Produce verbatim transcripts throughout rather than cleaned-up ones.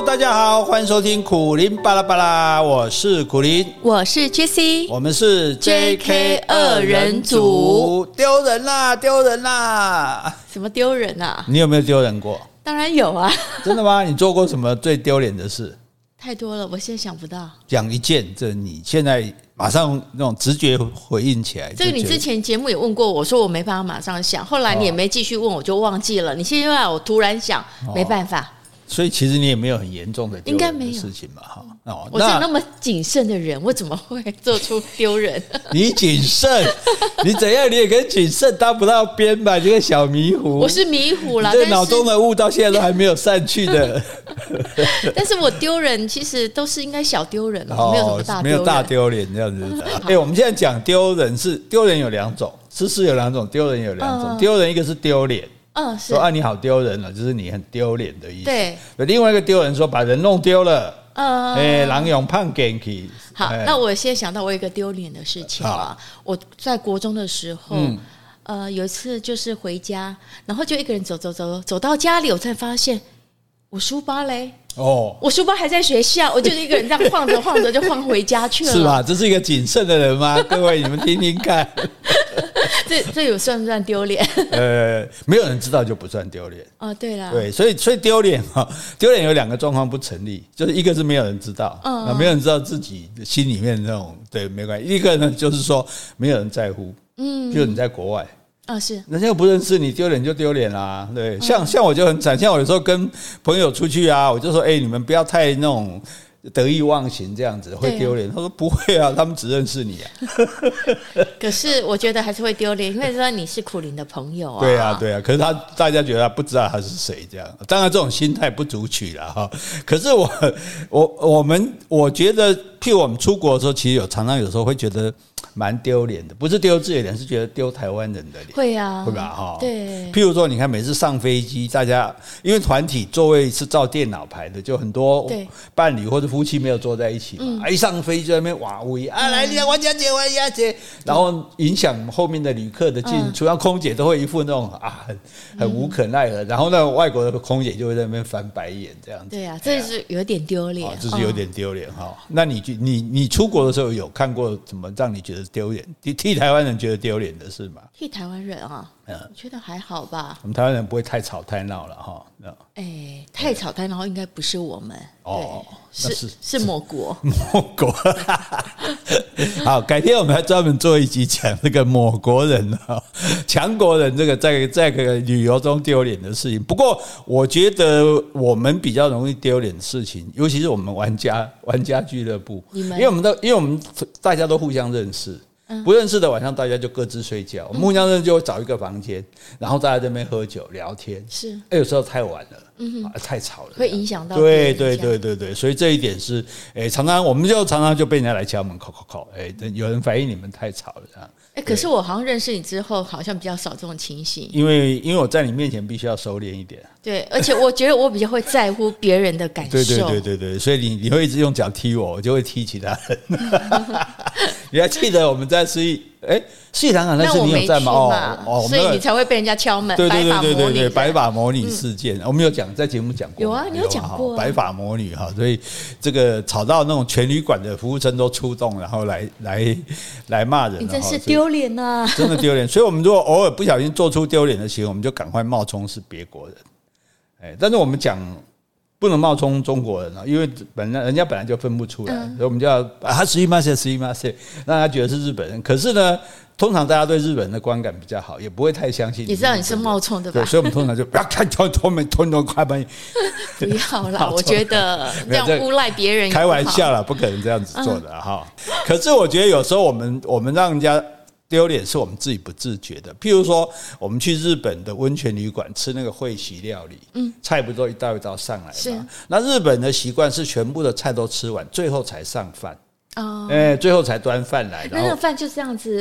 大家好，欢迎收听苦苓巴拉巴拉，我是苦苓， 我是 Jessie， 我们是 J K 二人组。 丢人啦，丢人啦！ 什么丢人啊？ 你有没有丢人过？ 当然有啊。 真的吗？你做过什么最丢脸的事？ 太多了，我现在想不到。 讲一件，这你现在马上那种直觉回应起来。 这个你之前节目也问过我，说我没办法马上想，后来你也没继续问，我就忘记了。你现在又让我突然想，没办法。 所以其实你也没有很严重的丢人的事情嘛，哈。 哦，我是那么谨慎的人，我怎么会做出丢人？ 你谨慎，你怎样你也跟谨慎搭不到边吧？这个小迷糊， 我是迷糊啦。 这脑中的雾到现在都还没有散去的。 但是我丢人其实都是应该小丢人了，哦，没有什么大丢人， 没有大丢脸这样子的。哎，我们现在讲丢人是丢人有两种，事实有两种，丢人有两种。丢人一个是丢脸。 嗯，是说啊你好丢人了，就是你很丢脸的意思。 对， 另外一个丢人说把人弄丢了， 嗯， 哎，人用胖给去。 好，欸，那我现在想到我有一个丢脸的事情啊，我在国中的时候，嗯，呃，有一次就是回家，然后就一个人走走走走到家里，我才发现我书包嘞。哦，我书包还在学校，我就一个人这样晃着晃着就晃回家去了。 是吧？这是一个谨慎的人吗？各位，你们听听看。 这这有算不算丢脸？ 呃，没有人知道就不算丢脸。 哦，对啦， 对，所以所以丢脸哈，丢脸有两个状况不成立，就是一个是没有人知道，嗯，没有人知道自己心里面那种，对，没关系。一个呢就是说没有人在乎，嗯，就是你在国外。 啊，是， 人家又不认识你，丢脸就丢脸啦。对，像像我就很惨，像我有时候跟朋友出去啊，我就说，哎，欸，你们不要太那种得意忘形，这样子会丢脸。他说不会啊，他们只认识你啊。 可是我觉得还是会丢脸，因为说你是苦苓的朋友啊。 对啊，对啊。可是他大家觉得他不知道他是谁，这样。当然这种心态不足取了哈。可是我我我们我觉得，譬如我们出国的时候，其实有常常有时候会觉得蛮丢脸的，不是丢自己的脸，是觉得丢台湾人的脸。 会啊， 会吧？哈， 对。 譬如说，你看每次上飞机，大家因为团体座位是照电脑排的，就很多伴侣或者夫妻没有坐在一起嘛，嗯，一上飞机就在那边哇喂啊，来，你王小姐，王小姐，然后影响后面的旅客的进出，然后空姐都会一副那种啊很很无可奈何，然后呢，外国的空姐就会在那边翻白眼这样子。 对啊，这是有点丢脸， 这是有点丢脸哈。那你你你出国的时候有看过什么让你觉得丢脸？替台湾人觉得丢脸的事吗？ 替台湾人啊，嗯，我觉得还好吧。 我们台湾人不会太吵太闹了哈。 哎，欸，太吵太闹应该不是我们哦，是是是某国某国。好，改天我们还专门做一集讲这个某国人啊，强国人这个在在这个旅游中丢脸的事情。不过我觉得我们比较容易丢脸的事情，尤其是我们玩家玩家俱乐部，因为我们都因为我们大家都互相认识。不认识的晚上大家就各自睡觉，我们互相认识就会找一个房间，然后大家在那边喝酒聊天。是，欸，有时候太晚了，嗯啊，太吵了， 会影响到。 对对对对对，所以这一点是，欸，常常我们就常常就被人家来敲门，叩叩叩，哎，有人反映你们太吵了这样。 欸，可是我好像认识你之后，好像比较少这种情形。 因为因为我在你面前必须要收敛一点。 对，而且我觉得我比较会在乎别人的感受。 对对对对对，所以你你会一直用脚踢我，我就会踢其他人。你还记得我们在十一哎，十一堂堂那次你有在吗？ 哦哦，所以你才会被人家敲门。 对对对对对对，白发魔女事件，我们有讲在节目讲过。 有啊，你有讲过白发魔女哈，所以这个吵到那种全旅馆的服务生都出动，然后来来来骂人。 你真是丢脸呐！ 真的丢脸。所以我们如果偶尔不小心做出丢脸的行为，我们就赶快冒充是别国人。哎，但是我们讲不能冒充中国人啊，因为本来人家本来就分不出来，嗯，所以我们就要啊，十一马塞，十一马塞，让他觉得是日本人。可是呢，通常大家对日本人的观感比较好，也不会太相信。 你知道你是冒充的吧？ 对，所以我们通常就不要看头头门吞头快门。 不要啦，我觉得这样诬赖别人， 开玩笑啦，不可能这样子做的哈。嗯，可是我觉得有时候我们我们让人家丢脸是我们自己不自觉的。譬如说我们去日本的温泉旅馆吃那个会席料理，嗯，菜不都一道一道上来吗？那日本的习惯是全部的菜都吃完，最后才上饭。哦，欸，最后才端饭来。 那那个饭就这样子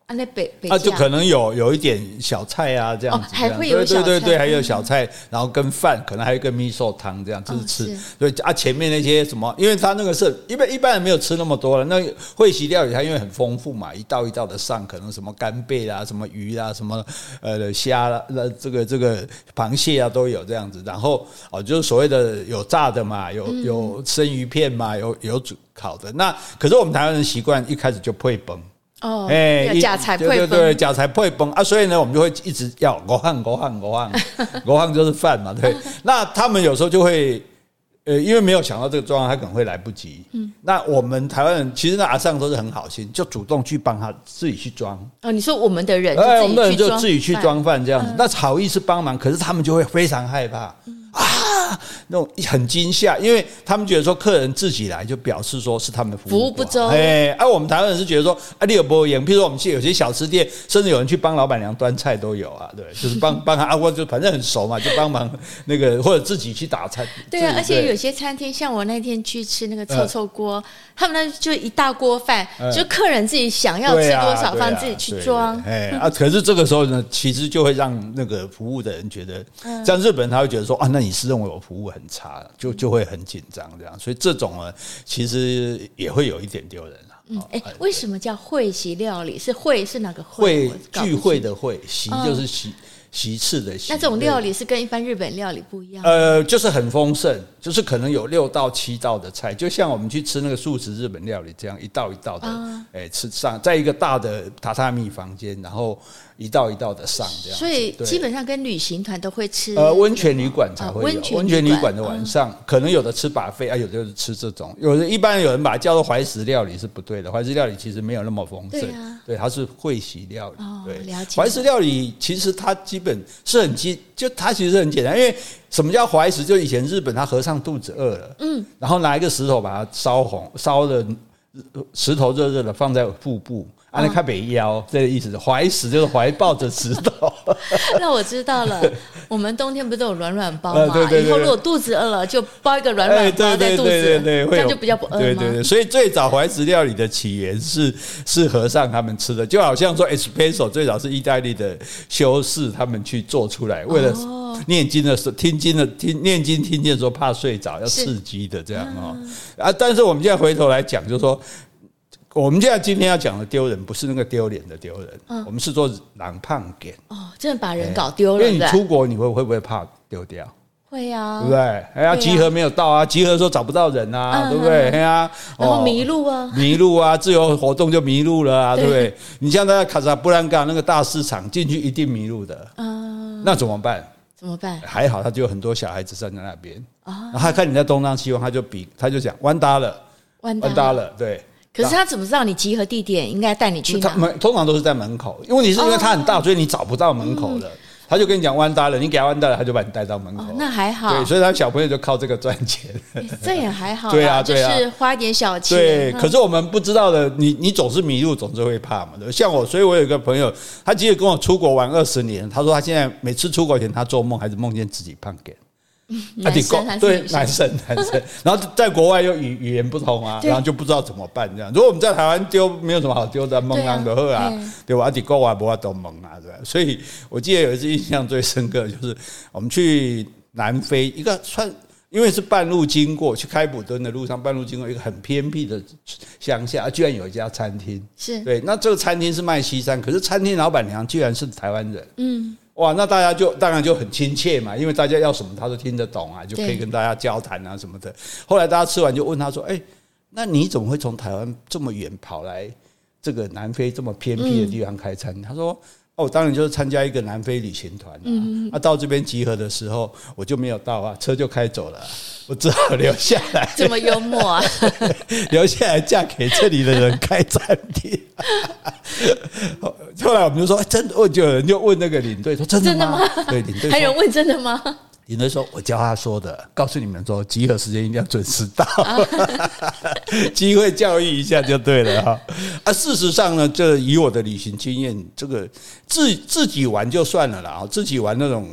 啊，那北北啊，就可能有有一点小菜啊，这样子， 哦，还会有对小菜， 对对对，还有小菜，然后跟饭，可能还有一个米寿汤这样，就是吃。哦、对啊，前面那些什么，因为他那个是一般一般人没有吃那么多了。那会席料理它因为很丰富嘛，一道一道的上，可能什么干贝啦、什么鱼啦、什么呃虾啦、这个这个螃蟹啊都有这样子。然后哦，就是所谓的有炸的嘛，有有生鱼片嘛，有有煮烤的。那可是我们台湾人习惯一开始就配崩。 哦，哎，假菜配对对对，假菜配崩啊，所以呢，我们就会一直要五行五行五行五行就是饭嘛，对。那他们有时候就会，呃，因为没有想到这个状况，他可能会来不及。嗯，那我们台湾人其实那阿尚都是很好心，就主动去帮他自己去装。 哦，你说我们的人， 哎，我们的人就自己去装饭这样子，嗯、那好意思帮忙，可是他们就会非常害怕。嗯啊，那种很惊吓，因为他们觉得说客人自己来就表示说是他们服务服务不周， 哎，而、啊、我们台湾人是觉得说啊，你有不严，譬如说我们去有些小吃店，甚至有人去帮老板娘端菜都有啊，对，就是帮帮他啊，我就反正很熟嘛，就帮忙那个或者自己去打菜。 对啊，而且有些餐厅，像我那天去吃那个臭臭锅，呃、他们那就一大锅饭，呃、就客人自己想要吃多少饭、啊啊、自己去装。 哎啊，可是这个时候呢，其实就会让那个服务的人觉得，嗯、像日本人他会觉得说啊，那你是认为我服务很差，就就会很紧张这样，所以这种呢，其实也会有一点丢人啊。 嗯，哎、欸，为什么叫会席料理？是会是哪个会？会聚会的会，席就是席。哦席次的席， 那这种料理是跟一般日本料理不一样。 呃，就是很丰盛，就是可能有六到七道的菜，就像我们去吃那个素食日本料理这样，一道一道的，哎、啊欸，吃上，在一个大的榻榻米房间，然后一道一道的上这样。 所以基本上跟旅行团都会吃。 呃，温泉旅馆才会有，温泉旅馆的晚上、嗯、可能有的吃buffet啊，有的就是吃这种，有的一般有人把它叫做怀石料理是不对的，怀石料理其实没有那么丰盛，对啊，对，它是会席料理。 哦， 对， 了解。 怀石料理其实它基本是很基，就它其实很简单，因为什么叫怀石？就以前日本他和尚肚子饿了，嗯，然后拿一个石头把它烧红，烧的石头热热的放在腹部。啊，那看北腰，这个意思，怀石就是怀抱着石头。 那我知道了，我们冬天不是都有软软包嘛？ 对对对，以后如果肚子饿了，就包一个软软包在肚子， 对对对， 这样就比较不饿吗？ 对对对，所以最早怀石料理的起源是是和尚他们吃的，就好像说 espresso 最早是意大利的修士他们去做出来，为了念经的时候、听经的听念经听见说怕睡着要刺激的这样哦啊，但是我们现在回头来讲，就是说。我们现在今天要讲的丢人，不是那个丢脸的丢人，嗯、我们是做狼胖点哦，真的把人搞丢了。 因为你出国，你会会不会怕丢掉？ 会啊， 对不对？哎呀，集合没有到啊，集合的时候找不到人啊，嗯、对不对？哎呀， 然后迷路啊， 迷路啊，自由活动就迷路了啊，对不对？你像在卡萨布兰卡那个大市场进去一定迷路的，嗯，那怎么办？ 怎么办？ 还好，他就有很多小孩子站在那边啊，然后他看你在东张西望，他就比他就讲完达了， 完达了，对。 可是他怎么知道你集合地点应该带你去哪？ 他们通常都是在门口，因为你是因为它很大，哦、所以你找不到门口了。嗯、他就跟你讲弯搭了，你给他弯搭了，他就把你带到门口。 哦、那还好。 对，所以他小朋友就靠这个赚钱。 这也还好。 对啊，对啊， 就是花一点小钱。 对，可是我们不知道的，你你总是迷路，总是会怕嘛。像我，所以我有一个朋友，他其实跟我出国玩二十年，他说他现在每次出国前，他做梦还是梦见自己胖点。 男生还是对男生男生，然后在国外又语语言不通啊，然后就不知道怎么办这样。如果我们在台湾丢，没有什么好丢的，蒙狼的喝啊，对吧？啊，在国外不要都蒙啊，对吧？所以我记得有一次印象最深刻，就是我们去南非一个算，因为是半路经过去开普敦的路上，半路经过一个很偏僻的乡下，居然有一家餐厅， 是对。那这个餐厅是卖西餐，可是餐厅老板娘居然是台湾人，嗯。哇，那大家就当然就很亲切嘛，因为大家要什么他都听得懂啊，就可以跟大家交谈啊什么的。后来大家吃完就问他说：“哎、欸，那你怎么会从台湾这么远跑来这个南非这么偏僻的地方开餐？”嗯、他说：“哦，当然就是参加一个南非旅行团啊。嗯啊，到这边集合的时候我就没有到啊，车就开走了、啊，我只好留下来。” 这么幽默啊！ 留下来嫁给这里的人开餐厅。后来我们就说，欸、真的，就有人就问那个领队说：“真的吗？”真的吗？对，领队说还有人问真的吗？ 领队说：“我教他说的，告诉你们说，集合时间一定要准时到，机会教育一下就对了哈。”啊，事实上呢，这以我的旅行经验，这个自自己玩就算了啦，自己玩那种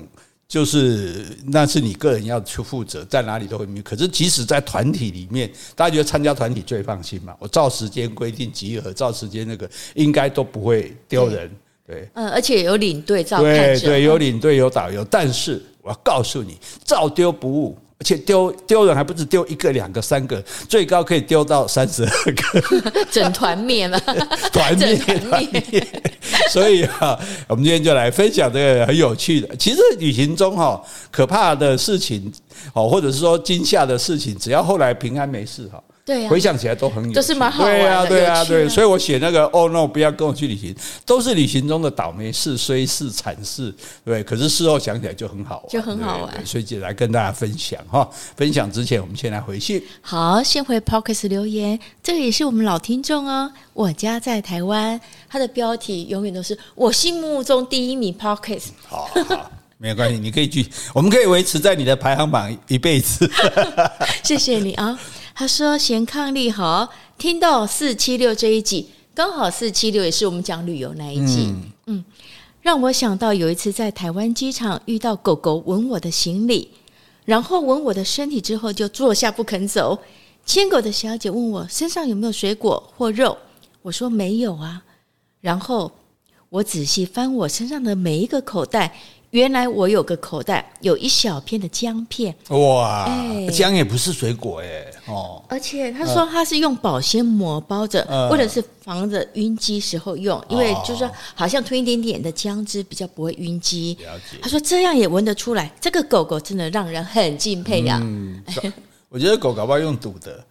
就是那是你个人要去负责，在哪里都会迷。可是即使在团体里面，大家觉得参加团体最放心嘛？我照时间规定集合，照时间那个应该都不会丢人。对， 嗯，而且有领队照看着， 对对，有领队有导游。但是我要告诉你，照丢不误。而且丢丢人还不止丢一个、两个、三个，最高可以丢到三十二个， 整团灭了， 团灭团灭。所以啊，我们今天就来分享这个很有趣的。其实旅行中哈，可怕的事情哦，或者是说惊吓的事情，只要后来平安没事哈。 对啊， 回想起来都很有趣， 都是蛮好玩的。 对啊，对啊，对， 啊所以我写那个哦 no， 不要跟我去旅行，都是旅行中的倒霉事、衰事、惨事，对。可是事后想起来就很好玩， 就很好玩， 对对，所以就来跟大家分享哈。分享之前，我们先来回信。 好，先回 Podcast 留言，这个也是我们老听众哦。我家在台湾，它的标题永远都是我心目中第一名 Podcast。 好好。没有关系，你可以去，我们可以维持在你的排行榜一辈子。 谢谢你啊！他说贤伉俪好，听到四七六这一集，刚好四七六也是我们讲旅游那一集，嗯, 嗯，让我想到有一次在台湾机场遇到狗狗闻我的行李，然后闻我的身体之后就坐下不肯走。牵狗的小姐问我身上有没有水果或肉，我说没有啊。然后我仔细翻我身上的每一个口袋。原来我有个口袋有一小片的姜片， 哇，欸、姜也不是水果哎、欸，哦， 而且他说他是用保鲜膜包着，呃、为了是防着晕机时候用，因为就是好像吞一点点的姜汁比较不会晕机。 了解， 他说这样也闻得出来，这个狗狗真的让人很敬佩呀、啊。嗯， 我觉得狗搞不好用赌的，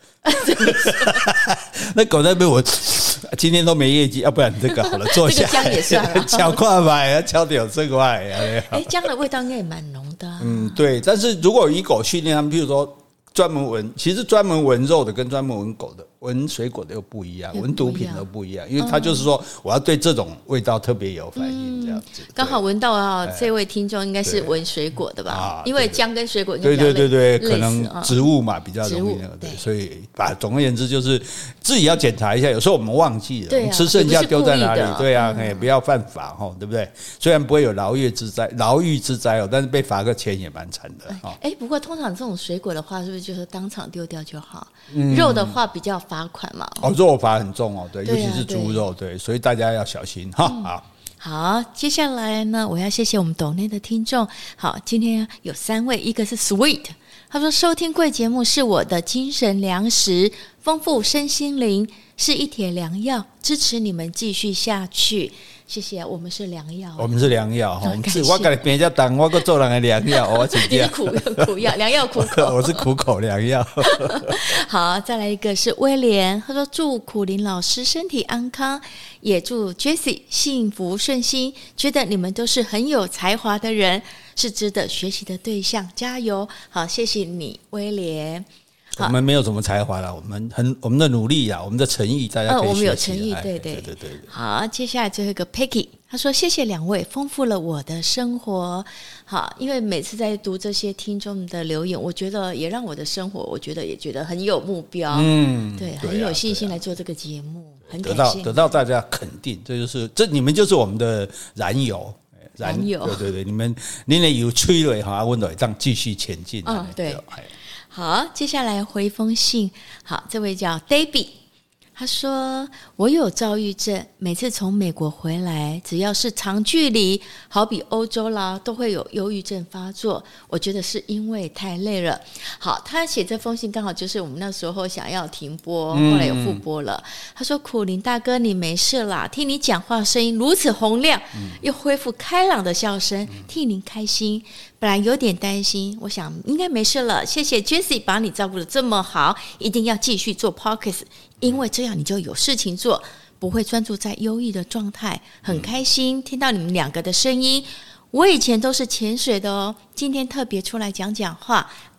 那狗在被我。今天都没业绩，要、啊、不然这个好了，坐下。 这个姜也算了， 敲快买，敲的有这个块。 哎，姜的味道应该也蛮浓的、啊。 嗯，对。但是如果以狗训练他们，譬如说专门闻，其实专门闻肉的跟专门闻狗的、闻水果的又不一样，闻毒品的不一样，因为他就是说我要对这种味道特别有反应，这样子。 刚、嗯、好闻到啊，这位听众应该是闻水果的吧？啊、因为姜跟水果应该比较类对对对对，可哦能植物嘛比较容易那个，对，所以把总而言之就是自己要检查一下，有时候我们忘记了， 对啊、 我们吃剩下丢在哪里？对啊， 嗯、 不要犯法哈，对不对？虽然不会有牢狱之灾，牢狱之灾哦，但是被罚个钱也蛮惨的哈。 哎，不过通常这种水果的话，是不是就是当场丢掉就好？嗯、肉的话比较罚款嘛。 哦，肉罚很重哦，对，对啊、尤其是猪肉，对，所以大家要小心哈。 嗯、 好， 好，接下来呢，我要谢谢我们抖内的听众。好，今天有三位，一个是 Sweet， 他说收听贵节目是我的精神粮食，丰富身心灵，是一帖良药，支持你们继续下去。谢谢，我们是良药， 我们是良药哈，我们是我给你别家当，我个做人的良药，我请你是苦苦药，良药苦口， 我是苦口良药。 好，再来一个是威廉，他说祝苦苓老师身体安康，也祝 Jessie 幸福顺心，觉得你们都是很有才华的人，是值得学习的对象，加油！好，谢谢你，威廉。 我们没有什么才华啦，我们很我们的努力呀，我们的诚意，大家可以学习、嗯、 我们有诚意，对对对对对。 好，接下来最后一个 Peggy， 他说谢谢两位，丰富了我的生活。好，因为每次在读这些听众的留言，我觉得也让我的生活，我觉得也觉得很有目标，嗯，对，很有信心来做这个节目，啊、很感谢得到得到大家肯定，这就是这你们就是我们的燃油。 燃油， 对对对，你们你们有催泪哈，温度这样继续前进。 嗯，对。好，接下来回封信。好，这位叫 David， 他说我有躁郁症，每次从美国回来，只要是长距离，好比欧洲啦，都会有忧郁症发作。我觉得是因为太累了。好，他写这封信刚好就是我们那时候想要停播，后来有复播了。嗯、他说苦苓大哥你没事啦，听你讲话声音如此洪亮，嗯、又恢复开朗的笑声，替您开心。本来有点担心，我想应该没事了。谢谢 Jessie 把你照顾得这么好，一定要继续做 Podcast， 因为这样你就有事情做，不会专注在忧郁的状态。很开心听到你们两个的声音。我以前都是潜水的哦，今天特别出来讲讲话，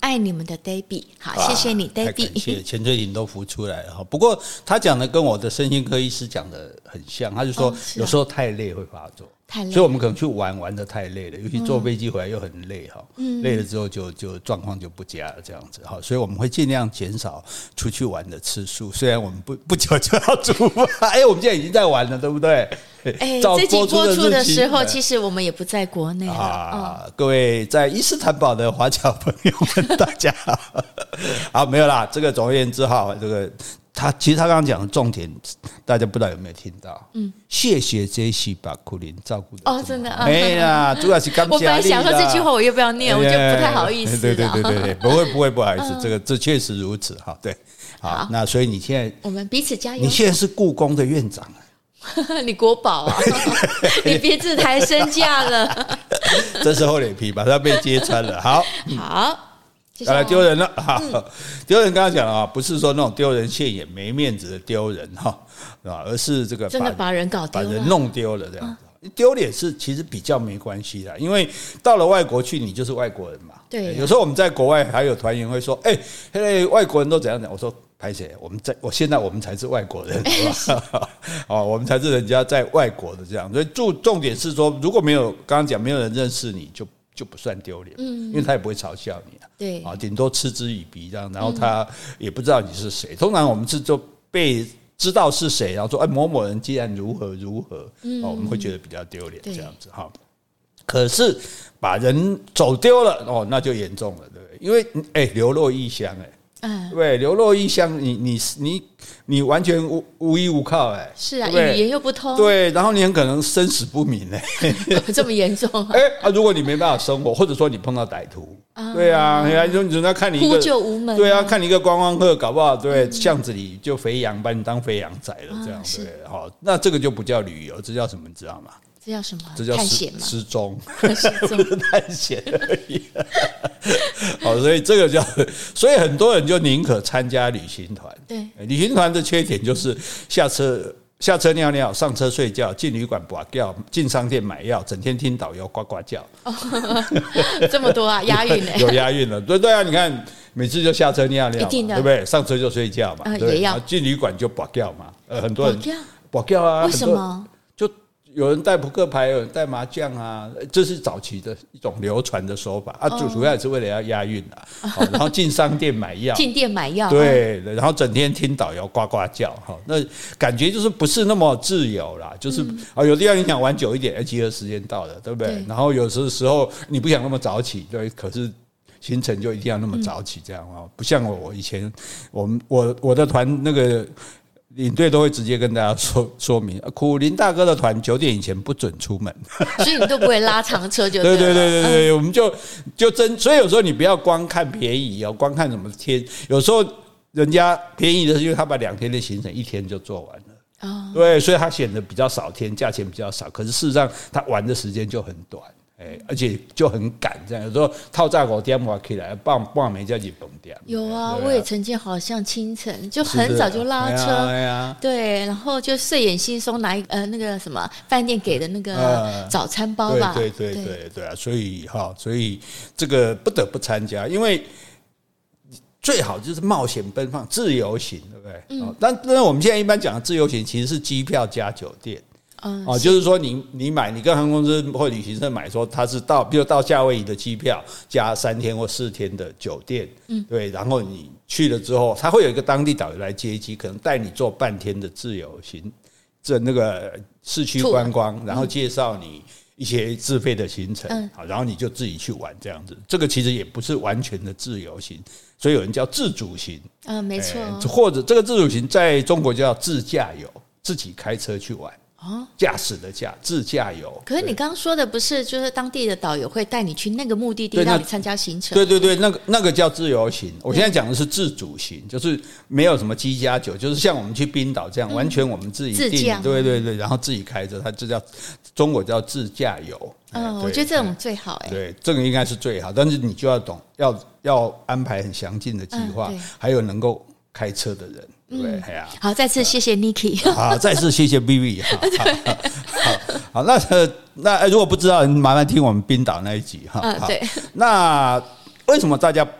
爱你们的 Debbie， 好，谢谢你 Debbie， 感谢潜水艇都浮出来了哈。不过他讲的跟我的身心科医师讲的很像，他就说有时候太累会发作。 太累， 所以我们可能去玩玩的太累了，尤其坐飞机回来又很累哈，嗯、累了之后就就状况就不佳了这样子哈，所以我们会尽量减少出去玩的次数。虽然我们不不久就要出发，哎，我们现在已经在玩了，对不对？ 哎，这集播出的时候，其实我们也不在国内了啊。嗯、各位在伊斯坦堡的华侨朋友们，大家好，好没有啦。这个总而言之哈，这个。他其实他刚刚讲的重点，大家不知道有没有听到？嗯，谢谢 J C 把苦林照顾的哦，真的啊， 没啦，主要是感谢你。 我本来想说这句话我要不要念，我就不太好意思。 对对对对对，不会不会不好意思，这个这确实如此哈。对，好，那所以你现在我们彼此加油。 你现在是故宫的院长， 你国宝啊，你别自抬身价了。 这是厚脸皮，把它被揭穿了。好， 好。 好了，丢人了哈！丢人刚刚讲了啊，不是说那种丢人现眼、没面子的丢人哈，而是这个真的把人搞丢了， 把人弄丢了这样子。丢脸是其实比较没关系的，因为到了外国去，你就是外国人嘛。 对， 有时候我们在国外还有团员会说：“哎、欸，外国人都怎样讲？”我说：“拍谁？我们在我现在我们才是外国人，哦，我们才是人家在外国的这样。所以重重点是说，如果没有刚刚讲没有人认识你就。就不算丢脸，嗯，因为他也不会嘲笑你啊， 对啊， 顶多嗤之以鼻这样，然后他也不知道你是谁。通常我们是就被知道是谁，然后说哎某某人既然如何如何，嗯，我们会觉得比较丢脸这样子哈。可是把人走丢了哦，那就严重了，对不对？因为哎流落异乡哎。嗯，对，流落异乡，你你你你完全无无依无靠哎， 是啊，语言又不通， 对，然后你很可能生死不明哎， 这么严重啊？ 哎啊，如果你没办法生活，或者说你碰到歹徒，啊对啊，哎呀，人家看你一个呼救无门， 对啊，看你一个观光客，搞不好对、嗯、巷子里就肥羊把你当肥羊宰了，这样、啊、对，好，那这个就不叫旅游，这叫什么？你知道吗？ 这叫什么？ 这叫探险吗？ 失踪，不是探险而已。好，所以这个叫，所以很多人就宁可参加旅行团。 对， 旅行团的缺点就是下车下车尿尿，上车睡觉，进旅馆拔掉，进商店买药，整天听导游呱呱叫。 哦、这么多啊，押韵呢？ 有押韵了，对对啊，你看每次就下车尿尿， 一定的， 对不对？上车就睡觉嘛， 呃、 对， 也要进旅馆就拔掉嘛，呃，很多人拔掉啊， 为什么？ 有人带扑克牌，有人带麻将啊，这是早期的一种流传的手法啊，主主要也是为了要押韵啊。好，然后进商店买药， 进店买药， 对，然后整天听导游呱呱叫，哈，那感觉就是不是那么自由啦，就是啊，有地方你想玩久一点，集合时间到了，对不对？然后有时时候你不想那么早起，对，可是行程就一定要那么早起，这样啊，不像我我以前我们我我的团那个。领队都会直接跟大家说说明，苦林大哥的团九点以前不准出门， 所以你都不会拉长车就对对对对对，嗯、我们就就真，所以有时候你不要光看便宜哦，光看什么天，有时候人家便宜的是因为他把两天的行程一天就做完了，哦、对，所以他显得比较少天，价钱比较少，可是事实上他玩的时间就很短。欸、而且就很赶，这样有时候套炸狗点我起来，半半没叫你蹦点。 有啊，我也曾经好像清晨就很早就拉车， 对啊， 对，然后就睡眼惺忪拿一呃那个什么饭店给的那个早餐包吧， 对对对对对啊，所以哈，所以这个不得不参加，因为最好就是冒险奔放、自由行，对不对？嗯，但但是我们现在一般讲的自由行，其实是机票加酒店。嗯、哦，就是说你你买你跟航空公司或旅行社买说它是到，比如到夏威夷的机票加三天或四天的酒店，嗯，对，然后你去了之后，他会有一个当地导游来接机，可能带你做半天的自由行，这那个市区观光，然后介绍你一些自费的行程，嗯，好，然后你就自己去玩这样子。这个其实也不是完全的自由行，所以有人叫自主行， 嗯，没错， 欸、或者这个自主行在中国叫自驾游，自己开车去玩。驾驶的驾，自驾游。 可是你刚刚说的不是，就是当地的导游会带你去那个目的地，让你参加行程。 对对对，那个那个叫自由行。我现在讲的是自主行，就是没有什么机加酒，就是像我们去冰岛这样，嗯、完全我们自己定。自驾。对对对，然后自己开着，它就叫中国叫自驾游。 嗯，我觉得这种最好哎、欸。 对，这个应该是最好，但是你就要懂，要要安排很详尽的计划，嗯、还有能够开车的人。对，嗯、 好，再次谢谢 Niki， 好，再次谢谢 Vivi， 好，好，好，那那如果不知道，麻烦听我们冰岛那一集哈。 嗯，对。 那为什么大家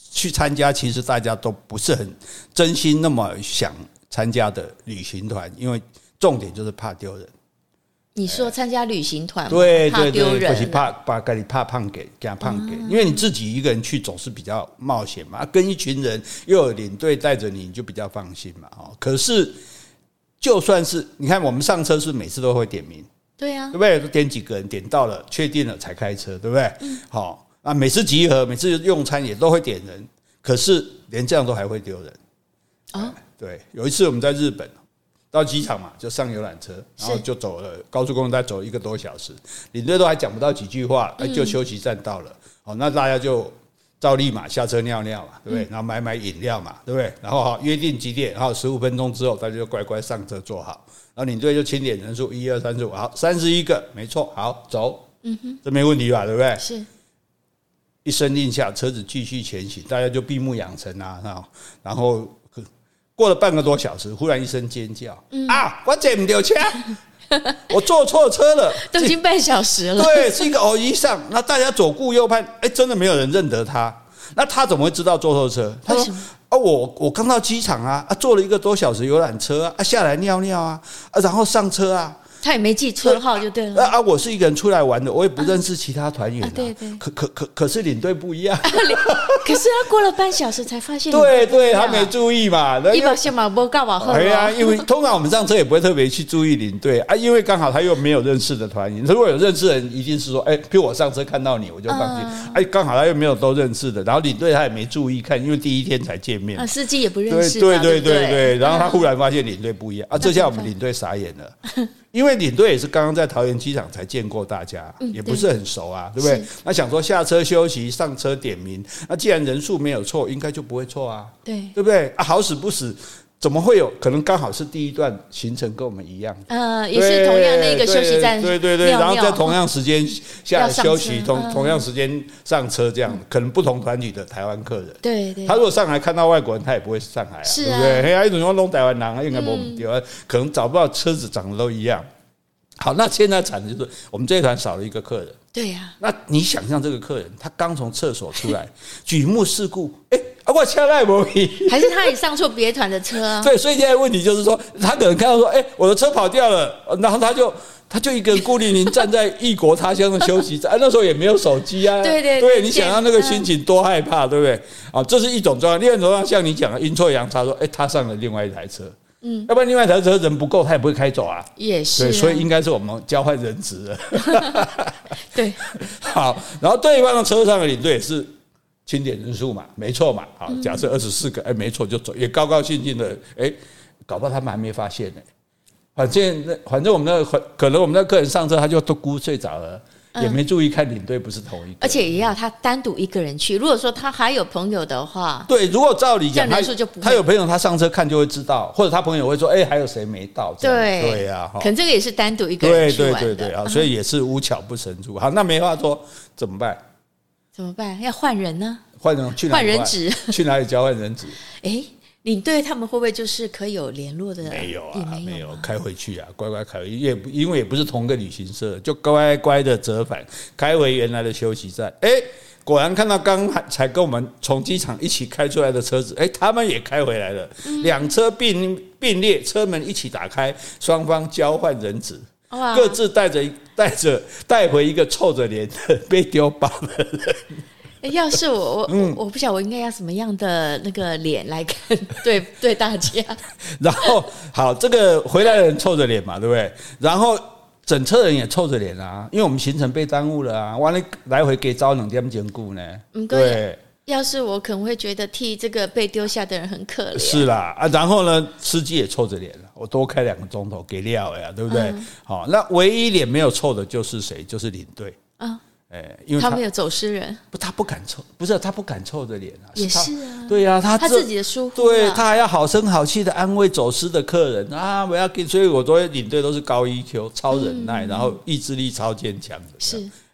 去参加，其实大家都不是很真心那么想参加的旅行团，因为重点就是怕丢人。 你说参加旅行团， 对对怕丢对， 人， 就是怕把自己怕胖给给他胖给，因为你自己一个人去总是比较冒险嘛，跟一群人又有领队带着你，你就比较放心嘛。可是就算是你看，我们上车是每次都会点名， 对啊， 对不对？点几个人，点到了确定了才开车，对不对？好、嗯、啊，每次集合、每次用餐也都会点人，可是连这样都还会丢人。哦，对，有一次我们在日本。到机场嘛，就上游览车，然后就走了高速公路，再走一个多小时，领队都还讲不到几句话，就休息站到了。好，那大家就照例嘛下车尿尿嘛，对不对？然后买买饮料嘛，对不对？然后好约定几点，然后十五分钟之后，大家就乖乖上车坐好。然后领队就清点人数，一二三四五，好，三十一个，没错，好走，嗯哼，这没问题吧？对不对？ 是。 一声令下，车子继续前行，大家就闭目养神啊，然后。过了半个多小时，忽然一声尖叫、嗯、啊！我坐不到车，我坐错车了， 都已经半小时了。 对，是一个偶遇上，那大家左顾右盼，哎，真的没有人认得他。那他怎么会知道坐错车？他说：“啊，我我刚到机场啊，啊，坐了一个多小时游览车啊，啊下来尿尿啊，啊，然后上车啊。” 他也没记车号就对了。 啊啊！我是一个人出来玩的，我也不认识其他团员、啊啊。 对对。 可可可可是领队不一样。 可是他过了半小时才发现。 对对，他没注意嘛。 一保险嘛，不告保后。 对啊，因为通常我们上车也不会特别去注意领队啊，因为刚好他又没有认识的团员。如果有认识的人，一定是说，哎，比如我上车看到你，我就放心。哎、嗯，刚好他又没有都认识的，然后领队他也没注意看，因为第一天才见面。 啊，司机也不认识。 对对对对对, 对。然后他忽然发现领队不一样啊，这下我们领队傻眼了。因为领队也是刚刚在桃园机场才见过大家，嗯、也不是很熟啊，对不对？那想说下车休息，上车点名，那既然人数没有错，应该就不会错啊， 对对不对？啊，好死不死，怎么会有可能刚好是第一段行程跟我们一样？ 呃，也是同样的一个休息站， 对对对，然后在同样时间下来休息，同同样时间上车，这样、嗯、可能不同团体的台湾客人， 对对， 他如果上来看到外国人，他也不会上来、啊， 是啊， 对不对？哎，一种说弄台湾人，他应该不对，可能找不到车子长得都一样。好，那现在惨的就是我们这一团少了一个客人。 对呀、 啊，那你想象这个客人，他刚从厕所出来，举目四顾，哎、欸，啊，我车来没去， 还是他也上错别团的车、啊？ 对，所以现在问题就是说，他可能看到说，哎、欸，我的车跑掉了，然后他就他就一个人孤零零站在异国他乡的休息站，啊、那时候也没有手机啊， 对对对, 对，你想象那个心情多害怕，对不对？啊，这是一种状况，另外一种状况像你讲的阴错阳差，说，哎、欸，他上了另外一台车。嗯，要不然另外一台车人不够，他也不会开走啊。 也是、啊， 对，所以应该是我们交换人质了。 对， 好，然后对方的车上的领队也是清点人数嘛，没错嘛。好，假设二十四个，哎、欸，没错就走，也高高兴兴的，哎、欸，搞不好他们还没发现呢、欸。反正反正我们那可能我们那客人上车他就都估睡着了。也没注意看领队不是同一个， 而且也要他单独一个人去。如果说他还有朋友的话， 对，如果照理讲， 人数就不会他有朋友，他上车看就会知道，或者他朋友会说：“哎、欸，还有谁没到？” 对对呀、啊， 可能这个也是单独一个人去玩的， 对对对对啊，所以也是无巧不成书。好，那没话说，怎么办？ 怎么办？要换人呢？ 换人去哪里换人质？ 去哪里交换人质？ 哎、欸。领队他们会不会就是可以有联络的？ 没有啊，没有, 没有开回去啊，乖乖开回去，也因为也不是同个旅行社，就乖乖的折返，开回原来的休息站。哎、欸，果然看到刚才跟我们从机场一起开出来的车子，哎、欸，他们也开回来了，两、嗯、车并并列，车门一起打开，双方交换人质，各自带着带着带回一个臭着脸的被丢包的人。 要是我我、嗯、我不晓得我应该要什么样的那个脸来看对对大家。 然后好，这个回来的人臭着脸嘛，对不对？然后整车人也臭着脸啊，因为我们行程被耽误了啊，完了来回给招两点兼顾呢。嗯，对。 要是我可能会觉得替这个被丢下的人很可怜。 是啦啊，然后呢，司机也臭着脸了，我多开两个钟头给料呀，对不对？嗯、好，那唯一脸没有臭的就是谁？就是领队啊。欸、因为 他, 他没有走失人， 不，他不敢臭，不是他不敢臭着脸啊， 也是啊， 对啊，他他自己的疏忽， 对他还要好声好气的安慰走失的客人啊，我要给，所以我都会领队都是高 E Q 超忍耐、嗯，然后意志力超坚强的， 是，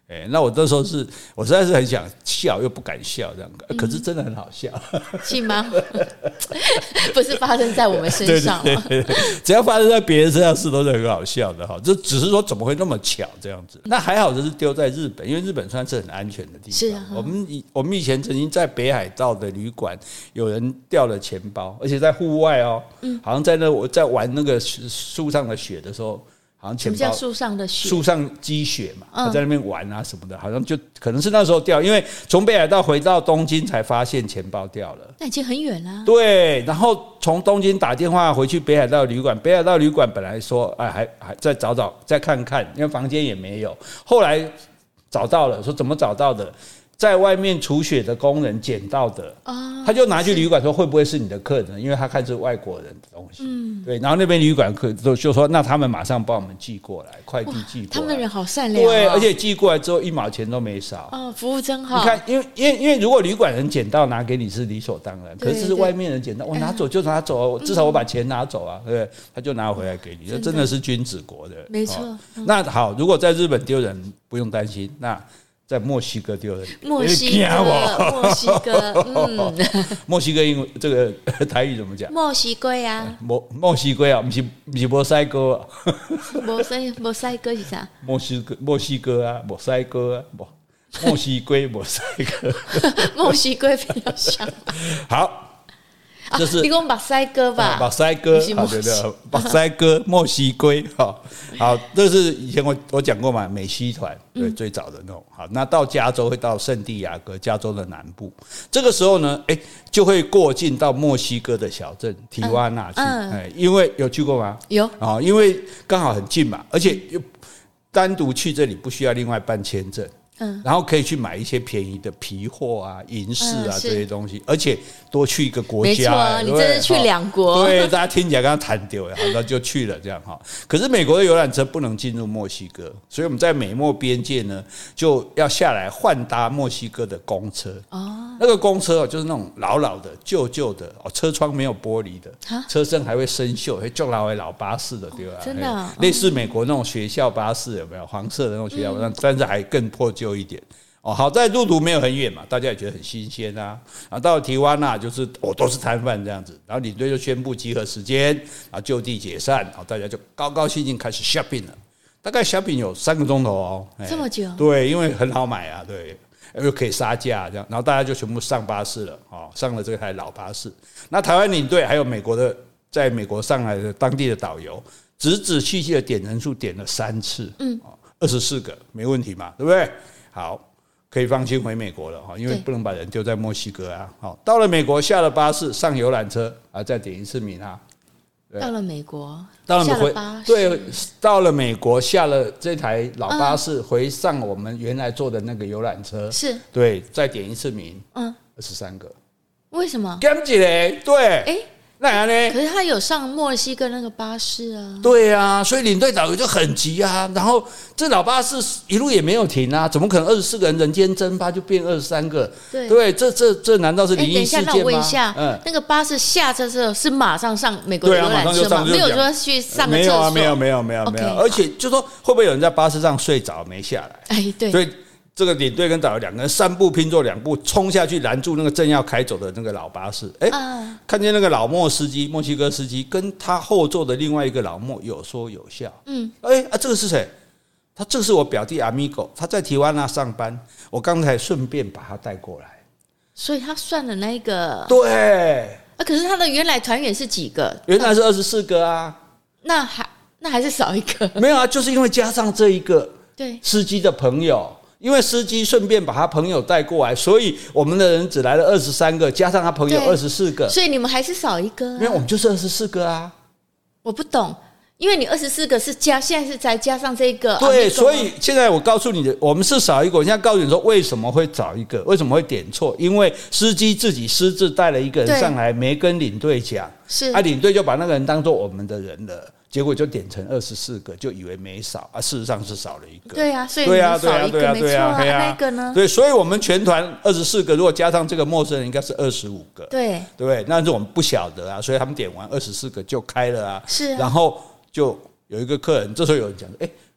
哎、欸，那我那时候是，我实在是很想笑又不敢笑这样，可是真的很好笑， 是吗？不是发生在我们身上吗？ 对对对对，只要发生在别人身上事都是很好笑的哈。这只是说怎么会那么巧这样子？那还好，就是丢在日本，因为日本算是很安全的地方。 是啊， 我们以我们以前曾经在北海道的旅馆，有人掉了钱包，而且在户外哦，嗯，好像在那我在玩那个树上的雪的时候。好像钱包， 什么叫树上的雪？ 树上积雪嘛，他在那边玩啊什么的，好像就可能是那时候掉，因为从北海道回到东京才发现钱包掉了。 那已经很远了。 对，然后从东京打电话回去北海道旅馆，北海道旅馆本来说，哎，还还再找找再看看，因为房间也没有。后来找到了，说怎么找到的？在外面除雪的工人捡到的，哦、他就拿去旅馆说会不会是你的客人？因为他看是外国人的东西，嗯，对。然后那边旅馆客就说，那他们马上帮我们寄过来，快递寄过来。 他们的人好善良、哦， 对，而且寄过来之后一毛钱都没少。 哦，服务真好。 你看，因为因为因为如果旅馆人捡到拿给你是理所当然，可是是外面人捡到，我拿走就拿走，至少我把钱拿走啊，对不对？他就拿回来给你，这真的是君子国的， 没错。 哦嗯、那好，如果在日本丢人不用担心，那。在墨西哥丢人， 墨西哥，墨西哥，嗯， 墨西哥英文这个台语怎么讲？ 墨西哥呀， 墨墨西哥啊，不是不是墨西哥啊， 墨西墨西哥是啥？ 墨西哥墨西哥啊，墨西哥啊，墨西哥墨西哥， 墨西哥比较像。 好。这是、 啊、你讲目西哥吧？ 目西哥，好对对，目西哥，墨西哥，好，好，这是以前我我讲过嘛，美西团对、嗯、最早的那种，好，那到加州会到圣地亚哥，加州的南部，这个时候呢，哎、欸，就会过境到墨西哥的小镇提瓦纳去，哎、嗯嗯，因为有去过吗？ 有啊，因为刚好很近嘛，而且又单独去这里不需要另外办签证。嗯，然后可以去买一些便宜的皮货啊、银饰啊、嗯、这些东西，而且多去一个国家， 没错、啊，你真是去两国。 对，大家听起来刚刚谈丢了，好，那就去了这样哈。可是美国的游览车不能进入墨西哥，所以我们在美墨边界呢，就要下来换搭墨西哥的公车。哦，那个公车就是那种老老的、旧旧的，哦，车窗没有玻璃的，车身还会生锈，会旧老的老巴士的，对吧？ 真的、啊， 类似美国那种学校巴士有没有？黄色的那种学校巴士，嗯、但是还更破旧。一点哦，好在路途没有很远嘛，大家也觉得很新鲜啊。然后到了提瓦纳，就是哦都是摊贩这样子，然后领队就宣布集合时间，然后就地解散，然后大家就高高兴兴开始 shopping 了。大概 shopping 有三个钟头哦， 这么久？ 对，因为很好买啊，对，又可以杀价这样，然后大家就全部上巴士了哦，上了这台老巴士。那台湾领队还有美国的，在美国上来的当地的导游，仔仔细细的点人数点了三次，嗯，二十四个没问题嘛，对不对？好，可以放心回美国了哈，因为不能把人丢在墨西哥啊。好，到了美国，下了巴士，上游览车啊，再点一次名哈。 到了美国， 到了美国，对，到了美国，下了这台老巴士，嗯、回上我们原来坐的那个游览车， 是， 对，再点一次名，嗯，二十三个， 为什么？ 减一个，对，哎、欸。那样呢？ 可是他有上墨西哥那个巴士啊。 对啊，所以领队导游就很急啊。然后这老巴士一路也没有停啊，怎么可能二十四个人人间蒸发就变二十三个？ 对对，这这这难道是灵异事件吗？ 等一下，那我问一下，嗯，那个巴士下车之后是马上上美国的游览车吗？没有说去上个厕所？ 没有啊，没有，没有，没有，没有。而且就说会不会有人在巴士上睡着没下来？ 哎，对， 所以。这个领队跟导游两个人三步拼作两步冲下去拦住那个正要开走的那个老巴士，哎、欸，看见那个老墨司机，墨西哥司机跟他后座的另外一个老墨有说有笑，嗯，哎、欸、啊，这个是谁？他这是我表弟 Amigo， 他在提瓦纳上班，我刚才顺便把他带过来， 所以他算的那个对啊，可是他的原来团员是几个？ 原来是二十四个啊， 那还那还是少一个？ 没有啊，就是因为加上这一个对司机的朋友。因为司机顺便把他朋友带过来，所以我们的人只来了二十三个，加上他朋友二十四个， 所以你们还是少一个、啊。 因为我们就是二十四个啊。 我不懂，因为你二十四个是加，现在是再加上这个。 对，所以现在我告诉你的，我们是少一个。我现在告诉你说，为什么会少一个？为什么会点错？因为司机自己私自带了一个人上来，没跟领队讲， 是啊，领队就把那个人当作我们的人了。结果就点成二十四个，就以为没少啊，事实上是少了一个。 对啊，所以你们少一个，没错啊，那个呢？ 对，所以我们全团二十四个，如果加上这个陌生人，应该是二十五个。 对， 对不对？那是我们不晓得啊，所以他们点完二十四个就开了啊。 是啊。 然后就有一个客人，这时候有人讲，哎，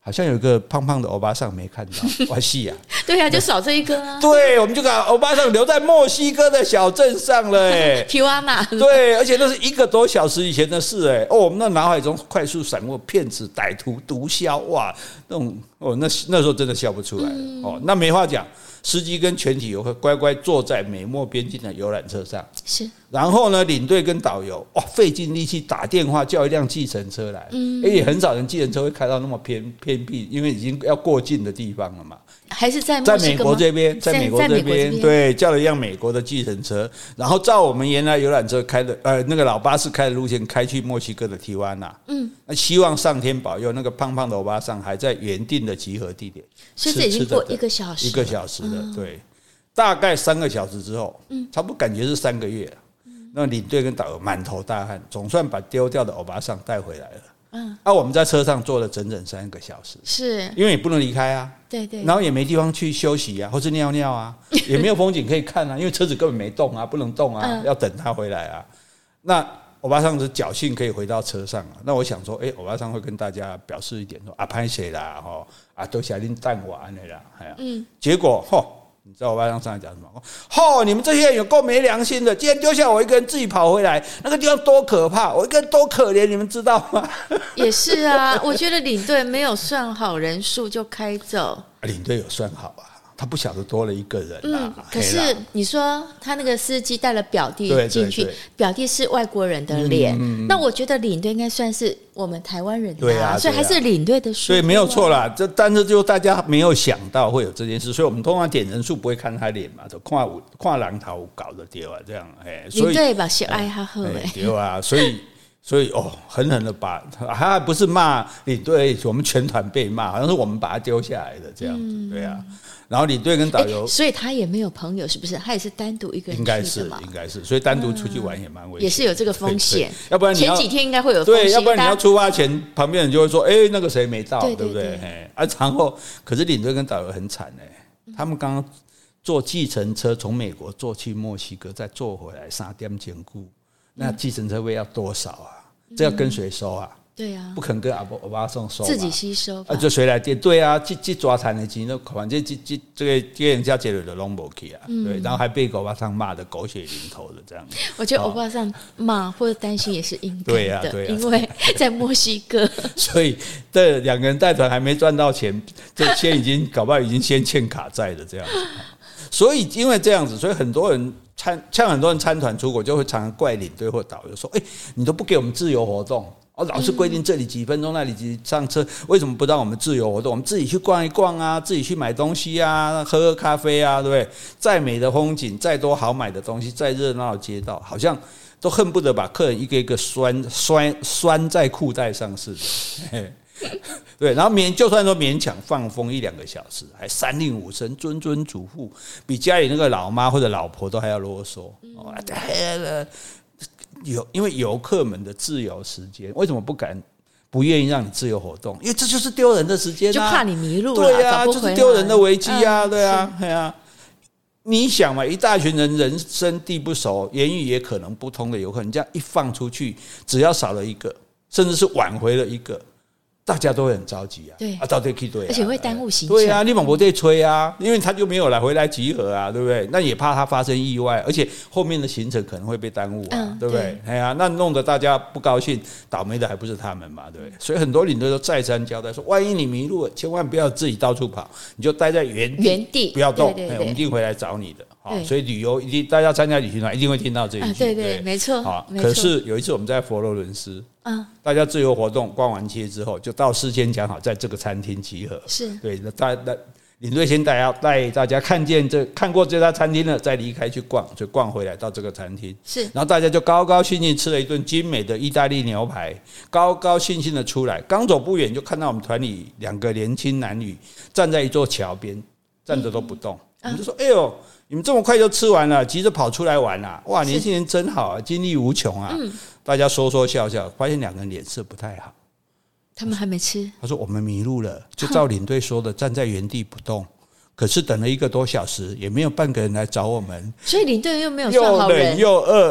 好像有一个胖胖的欧巴桑没看到，哇西呀！ 对啊，就少这一个啊。 对，我们就把欧巴桑留在墨西哥的小镇上了，哎， 提瓦纳。 对，而且那是一个多小时以前的事，哎，哦，我们那脑海中快速闪过骗子、歹徒、毒枭，哇，那种哦，那那时候真的笑不出来了，嗯、哦，那没话讲。司机跟全体游客乖乖坐在美墨边境的游览车上， 是。 然后呢，领队跟导游哇费尽力气打电话叫一辆计程车来，嗯，也很少人计程车会开到那么偏偏僻，因为已经要过境的地方了嘛。 还是在在美国这边，在美国这边，对，叫了一辆美国的计程车，然后照我们原来游览车开的，呃，那个老巴士开的路线开去墨西哥的提瓦纳，嗯，那希望上天保佑，那个胖胖的欧巴桑还在原定的集合地点， 所以这已经过一个小时， 一个小时了，嗯、对，大概三个小时之后，嗯，差不多感觉是三个月了，嗯、那领队跟导游满头大汗，总算把丢掉的欧巴桑带回来了。嗯，啊，我们在车上坐了整整三个小时， 是因为也不能离开啊， 对对， 然后也没地方去休息啊，或是尿尿啊，也没有风景可以看啊，因为车子根本没动啊，不能动啊，嗯、要等他回来啊。那欧巴桑的侥幸可以回到车上啊，那我想说，哎、欸，欧巴桑会跟大家表示一点说啊，拍谁啦，吼啊，都是恁蛋完的啦，哎呀，嗯，结果吼。你知道我爸上上来讲什么？吼、哦！你们这些人有够没良心的，竟然丢下我一个人自己跑回来，那个地方多可怕，我一个人多可怜，你们知道吗？ 也是啊，我觉得领队没有算好人数就开走。 领队有算好啊，他不晓得多了一个人啊。 嗯，可是你说他那个司机带了表弟进去， 对对对， 表弟是外国人的脸，嗯嗯嗯，那我觉得领队应该算是我们台湾人的、啊， 对啊， 所以还是领队的数、啊， 对，没有错啦。这但是就大家没有想到会有这件事，所以我们通常点人数不会看他脸嘛，就看看人头搞的丢啊，这样哎， 领队把小爱他喝哎， 丢啊，所以。所以哦，狠狠的把他还不是骂领队，我们全团被骂，好像是我们把他丢下来的这样子，嗯、对啊。然后领队跟导游、欸， 所以他也没有朋友，是不是？他也是单独一个人去的嘛？ 应该是，应该是。所以单独出去玩也蛮危险、嗯， 也是有这个风险。 要不然你前几天应该会有风险， 对，要不然你要出发前，旁边人就会说：“哎、欸，那个谁没到， 对对对对不对？”哎，啊，然后可是领队跟导游很惨哎、欸，他们刚刚坐计程车从美国坐去墨西哥，再坐回来三点兼顾，那计程车费要多少啊？这要跟谁收啊？ 对啊， 不肯跟阿伯阿爸送收， 自己吸收啊，就谁来垫？对啊，这这抓残的钱，那反正这这这个这人家结了的拢无去啊，嗯、对，然后还被欧巴桑骂的狗血淋头的这样。 我觉得欧巴桑骂或者担心也是应该的， 对啊，对啊， 因为在墨西哥， 所以这两个人带团还没赚到钱，这先已经搞不好已经先欠卡债的这样子。所以因为这样子，所以很多人参像很多人参团出国，就会常常怪领队或导游说：“哎、欸，你都不给我们自由活动。”哦，老是规定这里几分钟，那里几上车，为什么不让我们自由活动？我们自己去逛一逛啊，自己去买东西啊，喝喝咖啡啊，对不对？再美的风景，再多好买的东西，再热闹的街道，好像都恨不得把客人一个一个拴拴拴在裤带上似的。对，然后勉就算说勉强放风一两个小时，还三令五申、谆谆嘱咐，比家里那个老妈或者老婆都还要啰嗦。哦嗯有，因为游客们的自由时间，为什么不敢、不愿意让你自由活动？因为这就是丢人的时间啊！ 就怕你迷路了， 对啊，就是丢人的危机啊！ 嗯、 对啊，对啊。你想嘛，一大群人人生地不熟，言语也可能不通的游客，你这样一放出去，只要少了一个，甚至是挽回了一个，大家都会很着急啊！ 对啊，到底去对， 而且会耽误行程。 对啊，你往不对吹啊，因为他就没有来回来集合啊，对不对？那也怕他发生意外，而且后面的行程可能会被耽误啊，嗯、对不对？哎呀，那弄得大家不高兴，倒霉的还不是他们嘛，对不对？所以很多领队都再三交代说，万一你迷路了，千万不要自己到处跑，你就待在原地， 原地不要动， 对对对， 我们一定回来找你的。所以旅游一定，大家参加旅行团一定会听到这一句，啊、 对对，没错。好， 可是有一次我们在佛罗伦斯，嗯，大家自由活动，逛完街之后，就到事先讲好，在这个餐厅集合。 是， 对，那大那领队先带带大家看见这看过这家餐厅了，再离开去逛，就逛回来到这个餐厅。 是， 然后大家就高高兴兴吃了一顿精美的意大利牛排，高高兴兴的出来，刚走不远就看到我们团里两个年轻男女站在一座桥边，站着都不动。嗯、我们就说：“哎呦！”你们这么快就吃完了，急着跑出来玩啊！哇，年轻人真好啊，精力无穷啊！嗯、大家说说笑笑，发现两个人脸色不太好。 他们还没吃。 他说：“我们迷路了，就照领队说的，站在原地不动。可是等了一个多小时，也没有半个人来找我们。 所以领队又没有算好人， 又冷又饿，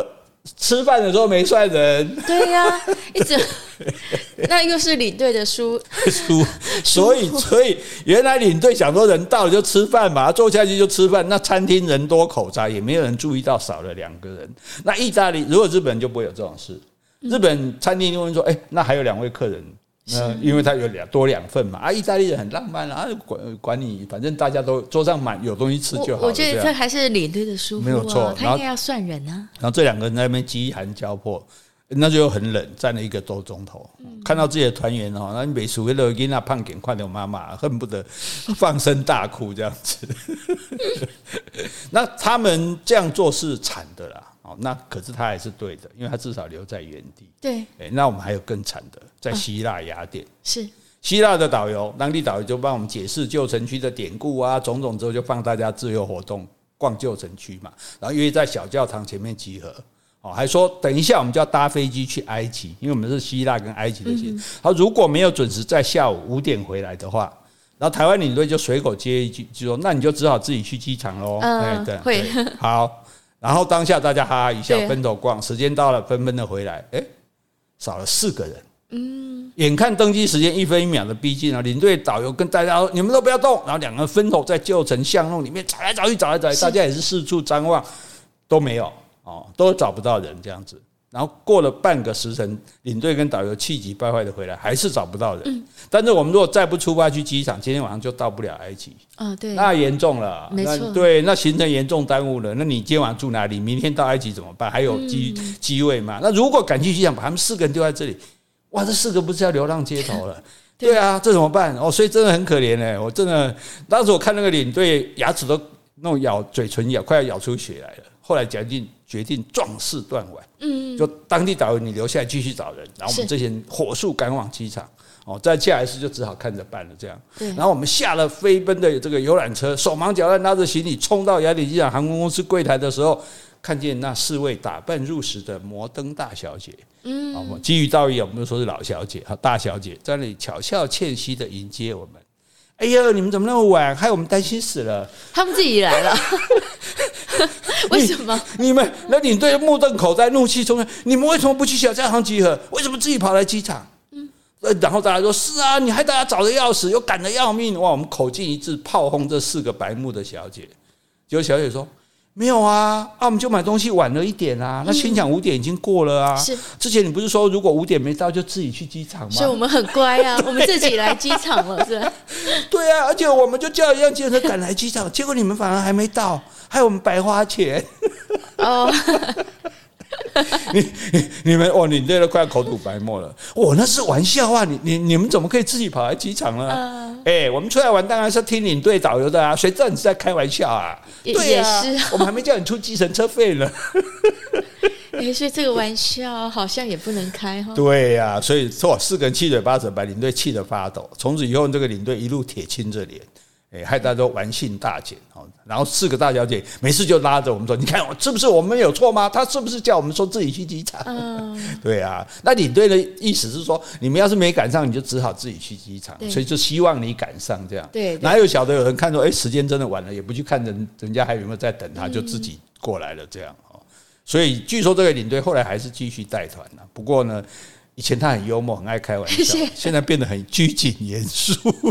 吃饭的时候没算人， 对呀、啊，一直那又是领队的书书，所以所以原来领队想说人到了就吃饭嘛，坐下去就吃饭。那餐厅人多口杂，也没有人注意到少了两个人。那意大利如果日本人就不会有这种事，日本餐厅就会说，哎、欸，那还有两位客人。呃，因为他有两多两份嘛，啊，意大利人很浪漫啊，管管你，反正大家都桌上满有东西吃就好了。 我, 我觉得这还是领队的疏忽、啊， 没有错， 他应该要算人啊。 然后这两个人在那边饥寒交迫，那就很冷，站了一个多钟头，嗯、看到自己的团员哦，那美属的囡仔胖点看到妈妈，恨不得放声大哭这样子。那他们这样做是惨的啦。那可是他还是对的，因为他至少留在原地。 对， 欸、那我们还有更惨的，在希腊雅典、啊、 是希腊的导游，当地导游就帮我们解释旧城区的典故啊，种种之后就放大家自由活动，逛旧城区嘛，然后约在小教堂前面集合。哦，还说等一下我们就要搭飞机去埃及，因为我们是希腊跟埃及的行程。他、嗯、如果没有准时在下午五点回来的话，然后台湾领队就随口接一句，就说那你就只好自己去机场喽。 嗯、呃，对，会好。然后当下大家哈哈一笑，分头逛，时间到了，纷纷的回来，哎，少了四个人。嗯，眼看登机时间一分一秒的逼近了，领队导游跟大家说：“你们都不要动。”然后两个人分头在旧城巷弄里面找来找去，找来找去，大家也是四处张望，都没有哦，都找不到人这样子。然后过了半个时辰，领队跟导游气急败坏的回来，还是找不到人。嗯、但是我们如果再不出发去机场，今天晚上就到不了埃及。 哦，对， 那严重了， 没错， 对，那行程严重耽误了。那你今天晚上住哪里？明天到埃及怎么办？还有机机位嘛？那如果赶去机场，把他们四个人丢在这里，哇，这四个不是要流浪街头了？对, 对啊，这怎么办？哦，所以真的很可怜哎，我真的当时我看那个领队牙齿都那种咬嘴唇咬，快要咬出血来了。后来决定决定壮士断腕，嗯，就当地导游你留下来继续找人，然后我们这些人火速赶往机场。哦，再下来是就只好看着办了这样。然后我们下了飞奔的这个游览车，手忙脚乱拉着行李冲到雅典机场航空公司柜台的时候，看见那四位打扮入时的摩登大小姐。嗯，哦，基于道义，我们就说是老小姐和大小姐，在那里巧笑倩兮的迎接我们。哎呀，你们怎么那么晚？害我们担心死了。 他们自己来了。为什么？ 你, 你们那领队目瞪口呆，怒气冲天。你们为什么不去小教堂集合？为什么自己跑来机场？嗯，然后大家说：“是啊，你害大家找得要死，又赶得要命。”哇，我们口径一致，炮轰这四个白目的小姐。结果小姐说：“没有啊，啊，我们就买东西晚了一点啊。那心想五点已经过了啊。是之前你不是说如果五点没到就自己去机场吗？ 所以我们很乖啊，我们自己来机场了，是吧？ 对啊，而且我们就叫一辆计程车赶来机场，结果你们反而还没到。”害我们白花钱哦！你你你们哦，你这都快口吐白沫了。哦，那是玩笑话，你你你们怎么可以自己跑来机场呢？哎、uh, 欸，我们出来玩当然是听领队导游的啊，谁知道你是在开玩笑啊？对啊，也是我们还没叫你出计程车费呢。 哎、欸，所以这个玩笑好像也不能开哈。 对呀、啊，所以错四个人七嘴八舌，把领队气得发抖。从此以后，这个领队一路铁青着脸。哎，害大家都玩性大减哦。然后四个大小姐没事就拉着我们说：“你看，是不是我们有错吗？他是不是叫我们说自己去机场？”嗯，对啊。那领队的意思是说，你们要是没赶上，你就只好自己去机场，所以就希望你赶上这样。对，哪有晓得有人看说，哎，时间真的晚了，也不去看人，人家还有没有在等他，就自己过来了这样哦。所以据说这个领队后来还是继续带团了，不过呢。以前他很幽默，很爱开玩笑，现在变得很拘谨严肃。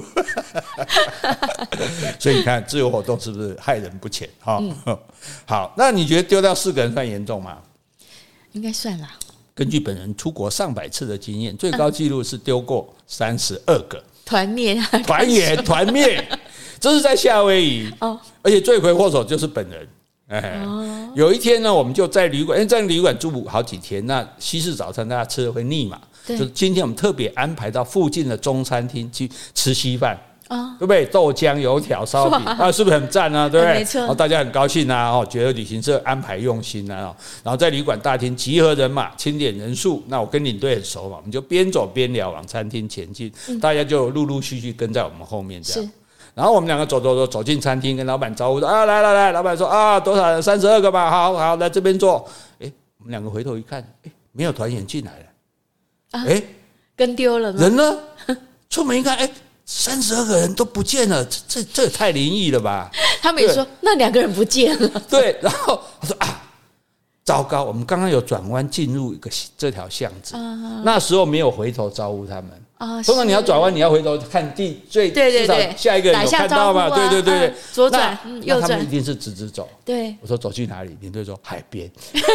所以你看，自由活动是不是害人不浅？哈、嗯，好，那你觉得丢掉四个人算严重吗？ 应该算啦。 根据本人出国上百次的经验，最高纪录是丢过三十二个团灭， 团圆团灭，这是在夏威夷哦，而且罪魁祸首就是本人。哎，哦、有一天呢，我们就在旅馆，因为在旅馆住好几天，那西式早餐大家吃的会腻嘛，就是今天我们特别安排到附近的中餐厅去吃稀饭。啊，对不对？豆浆、油条、烧饼啊，是不是很赞啊？对不对？没错，大家很高兴啊，哦，觉得旅行社安排用心啊，然后在旅馆大厅集合人马，清点人数。那我跟领队很熟嘛，我们就边走边聊，往餐厅前进，嗯、大家就陆陆续续跟在我们后面这样。然后我们两个走走走走进餐厅，跟老板招呼说：“啊，来来来！”老板说：“啊，多少人？三十二个吧，好好来这边坐。”哎，我们两个回头一看，哎，没有团员进来了，哎、啊， 跟丢了吗？ 人呢？出门一看，哎，三十二个人都不见了，这这这也太灵异了吧？ 他们也说那两个人不见了。 对，然后他说啊， 糟糕，我们刚刚有转弯进入一个这条巷子，啊、那时候没有回头招呼他们。啊，通常你要转弯，你要回头看第最对对对， 至少下一个人有看到嘛？ 啊、 对对对对， 左转、 嗯、 右转， 他们一定是直直走。 对， 我说走去哪里？领队说海边。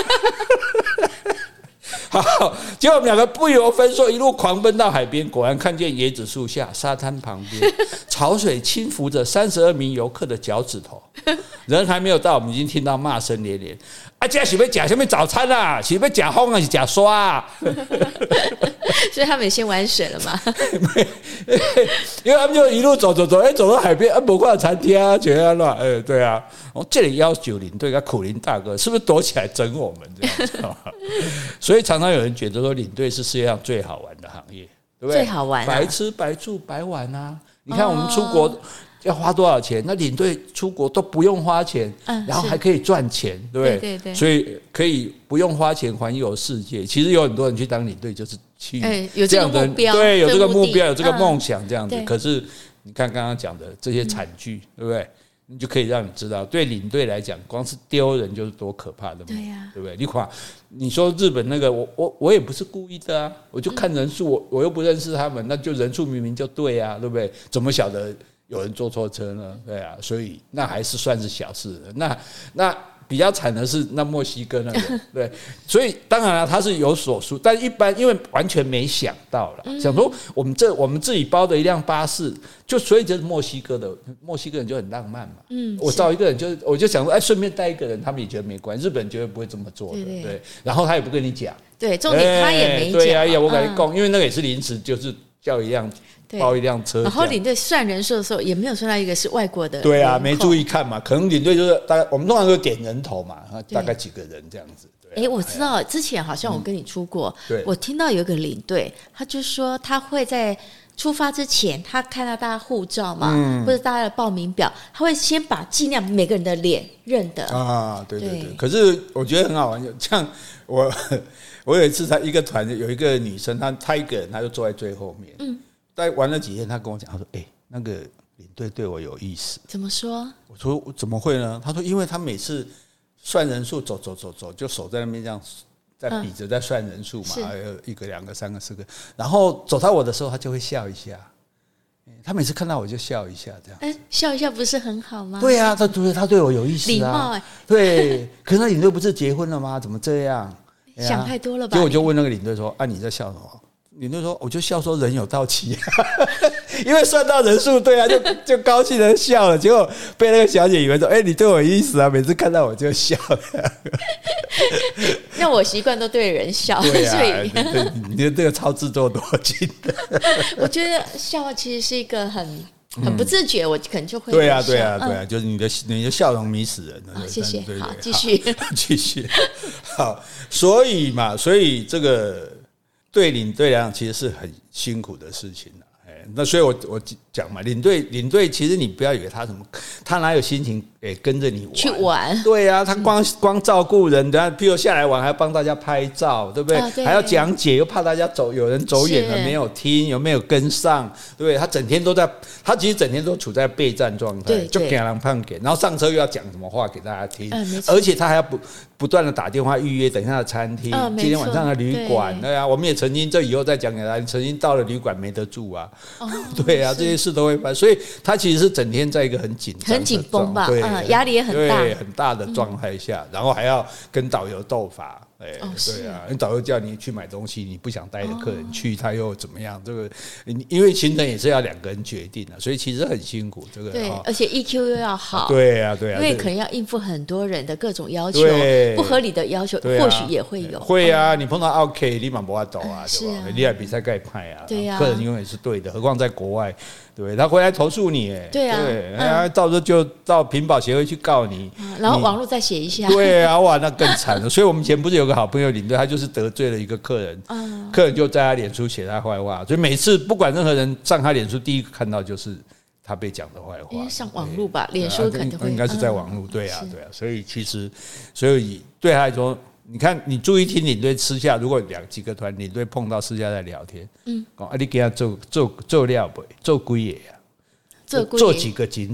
好，结果我们两个不由分说，一路狂奔到海边，果然看见椰子树下、沙滩旁边，潮水轻拂着三十二名游客的脚趾头。人还没有到，我们已经听到骂声连连。啊，这是要吃什么早餐啊？是要吃风还是吃刷啊？ 所以他们也先玩水了嘛？ 因为他们就一路走走走，哎、欸，走到海边，啊，没看到餐厅啊，全在乱，哎、欸，对啊，我这里要求领队跟苦林大哥，是不是躲起来整我们这样子？所以常常有人觉得说，领队是世界上最好玩的行业，对不对？ 最好玩、啊， 白吃白住白玩啊！你看我们出国。哦，要花多少钱？那领队出国都不用花钱，嗯、然后还可以赚钱，对不对？ 对对对， 所以可以不用花钱环游世界。其实有很多人去当领队，就是去这样的、欸、 有这个目标， 对，有这个目标，有这个梦想这样子。 嗯、 可是你看刚刚讲的这些惨剧，嗯、对不对？你就可以让你知道，对领队来讲，光是丢人就是多可怕的梦， 对呀、啊， 对不对？你看，你说日本那个，我我我也不是故意的啊，我就看人数，我我又不认识他们，那就人数明明就对啊，对不对？怎么晓得有人坐错车呢？对啊，所以那还是算是小事。那那比较惨的是那墨西哥那个，对，所以当然了，他是有所输，但一般因为完全没想到了，嗯、想说我们这我们自己包的一辆巴士，就所以就是墨西哥的墨西哥人就很浪漫嘛。嗯，我找一个人就我就想说，哎，顺便带一个人，他们也觉得没关系，日本人绝对不会这么做的，对, 对, 对。然后他也不跟你讲， 对，重点他也没讲， 对呀、啊，我跟你讲，嗯、因为那个也是临时，就是叫一辆。包一辆车， 然后领队算人数的时候也没有算到一个是外国的， 对啊，没注意看嘛，可能领队就是大概我们通常都点人头嘛，大概几个人这样子。 哎、啊，我知道之前好像我跟你出过，嗯、我听到有一个领队，他就说他会在出发之前，他看到大家护照嘛，嗯、或者大家的报名表，他会先把尽量每个人的脸认得啊，对对 对, 对。可是我觉得很好玩，像我我有一次，他一个团有一个女生，她她一个人，她就坐在最后面，嗯。在玩了几天，他跟我讲，他说：“哎、欸，那个领队对我有意思。” 怎么说？ 我说：“怎么会呢？”他说：“因为他每次算人数，走走走走，就守在那边这样，在比着在算人数嘛，还有、嗯、一个、两个、三个、四个，然后走到我的时候，他就会笑一下。他每次看到我就笑一下，这样。 哎、欸，笑一下不是很好吗？ 对啊，他对他对我有意思啊， 礼貌哎。 对，可是那领队不是结婚了吗？怎么这样？ 想太多了吧？ 结果我就问那个领队说：‘啊，你在笑什么？’领队说：“我就笑说人有到齐、啊，因为算到人数，对啊，就就高兴的笑了。结果被那个小姐以为说：‘哎、欸，你对我有意思啊！’每次看到我就笑。 那我习惯都对人笑， 对啊， 所以你的这个超自作多情的。 我觉得笑其实是一个很很不自觉，嗯、我可能就会对啊，对啊，对啊，嗯、就是你的你的笑容迷死人了。 哦、谢谢， 对对对好，继续， 继续。好，所以嘛，所以这个。对领队来讲，其实是很辛苦的事情了。哎，那所以我我讲嘛，领队领队其实你不要以为他什么，他哪有心情诶跟着你玩去玩？ 对啊，他光、嗯、光照顾人，等下譬如下来玩还要帮大家拍照，对不对？啊、对还要讲解，又怕大家走有人走远了没有听，有没有跟上，对不对？他整天都在，他其实整天都处在备战状态，就给人胖给，然后上车又要讲什么话给大家听，嗯、而且他还要不。不断的打电话预约等一下的餐厅，哦、今天晚上的旅馆，对啊，我们也曾经这以后再讲给他，曾经到了旅馆没得住啊，哦、对啊，这些事都会发生，所以他其实是整天在一个很紧张、 很紧绷吧，嗯，压力也很大， 对，很大的状态下，嗯、然后还要跟导游斗法。哎，哦、对啊，你导游叫你去买东西，你不想带着客人去，哦、他又怎么样？这个因为行程也是要两个人决定的，所以其实很辛苦。这个对，哦、而且 E Q 又要好， 对啊，对啊， 因为可能要应付很多人的各种要求，不合理的要求， 啊、 或许也会有。 会啊，你碰到 OK， 你嘛不法走啊， 对吧？ 你来比赛盖派啊， 对啊， 客人永远是对的，何况在国外。对，他回来投诉你，哎， 对啊， 对，哎、嗯，到时候就到屏保协会去告你， 嗯、然后网络再写一下， 对啊，哇，那更惨了。所以我们以前不是有个好朋友领队，他就是得罪了一个客人，嗯、客人就在他脸书写他坏话，所以每次不管任何人上他脸书，第一个看到就是他被讲的坏话。因为上网络吧，脸书肯定会， 应该是在网络，对啊，对啊，所以其实，所以对他来说。你看，你注意听领队私下，如果两几个团领队碰到私下在聊天，嗯，讲啊，你给他做做做料不？做几个呀？做做几个景点？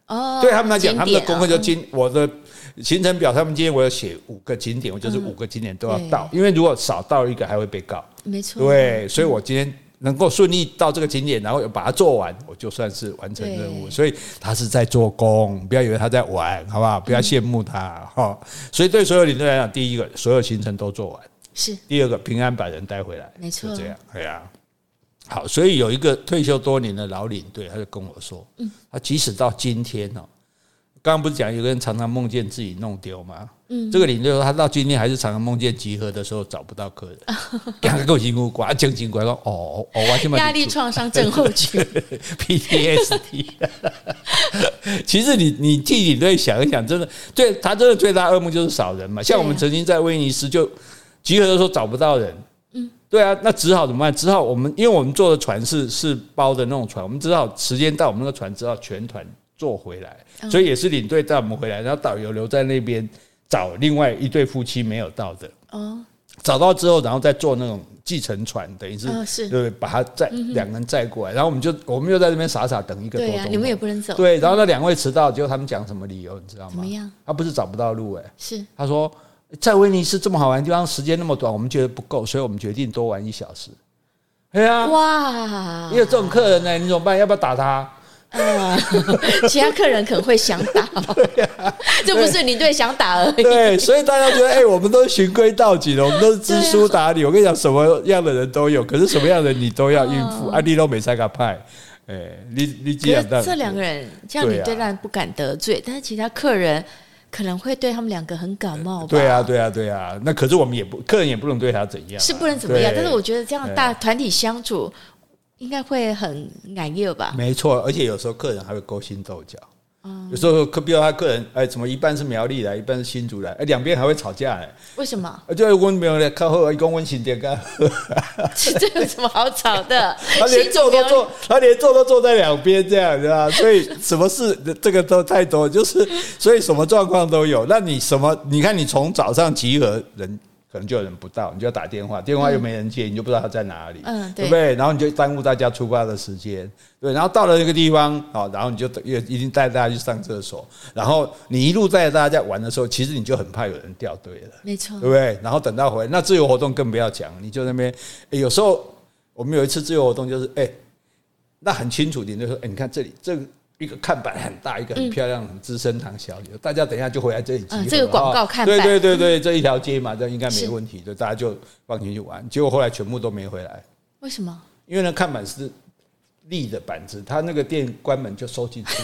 哦， 对他们来讲， 景点他们的功课就今、 哦、 我的行程表，他们今天我有写五个景点，我就是五个景点都要到， 嗯、 因为如果少到一个还会被告。 没错， 对，所以我今天能够顺利到这个景点，然后把它做完，我就算是完成任务。所以他是在做工，不要以为他在玩，好不好？不要羡慕他哈、嗯。所以对所有领队来讲，第一个，所有行程都做完。 是第二个，平安把人带回来， 没错， 就这样，对啊。好，所以有一个退休多年的老领队，他就跟我说，嗯，他即使到今天哦，刚刚不是讲有个人常常梦见自己弄丢吗？嗯，这个领队说他到今天还是常常梦见集合的时候找不到客人，两个够辛苦，瓜正经怪说哦哦，我现在压力创伤症候群 P T S D。其实你你替领队想一想，真的，对他真的最大噩梦就是少人嘛。像我们曾经在威尼斯就。集合的时候找不到人，嗯，对啊，那只好怎么办？只好我们，因为我们坐的船是是包的那种船，我们只好时间到，我们那个船只好全团坐回来，所以也是领队带我们回来，然后导游留在那边找另外一对夫妻没有到的，哦，找到之后，然后再坐那种计程船，等于是、哦、是对，把他载两个人载过来，然后我们就我们又在那边傻傻等一个多钟头， 对啊，你们也不能走， 对，然后那两位迟到，结果他们讲什么理由，你知道吗？ 怎么样？ 他不是找不到路、欸，哎， 是他说。在威尼斯这么好玩的地方，时间那么短，我们觉得不够，所以我们决定多玩一小时。对啊， 哇， 也有这种客人呢，你怎么办？要不要打他？ 啊，其他客人可能会想打、喔，对啊，这不是你对想打而已。 对，所以大家觉得，哎、欸，我们都是循规蹈矩的，我们都是知书达理。我跟你讲，什么样的人都有，可是什么样的人你都要应付。啊，你都没赛个派，哎、欸，你你这样， 这两个人，这样你对他不敢得罪，啊、但是其他客人。可能会对他们两个很感冒吧？ 对啊，对啊，对啊。那可是我们也不，客人也不能对他怎样、啊， 是不能怎么样。但是我觉得这样大团体相处应该会很难热吧？ 没错，而且有时候客人还会勾心斗角。嗯、有时候比如他客人，哎，怎么一半是苗栗来，一半是新竹来，哎，两边还会吵架哎。 为什么？ 就我没有来靠后，一公温情点干。 这有什么好吵的？ 他连坐都坐，他连坐都坐在两边这样，对吧？所以什么事这个都太多，就是所以什么状况都有。那你什么？你看你从早上集合人。可能就有人不到，你就要打电话，电话又没人接，嗯、你就不知道他在哪里，嗯，对, 对不对？然后你就耽误大家出发的时间，对。然后到了那个地方，好，然后你就一定带大家去上厕所，然后你一路带着大家在玩的时候，其实你就很怕有人掉队了， 没错， 对不对？然后等到回来，那自由活动更不要讲，你就那边、欸，有时候我们有一次自由活动就是，哎、欸，那很清楚，你就说，哎、欸，你看这里这个。一个看板很大，一个很漂亮，很资深堂小姐，大家等一下就回来这里集合、嗯。 这个广告看板， 对对对对，这一条街嘛，这应该没问题，就大家就放进去玩。结果后来全部都没回来， 为什么？ 因为那看板是立的板子，他那个店关门就收进去了。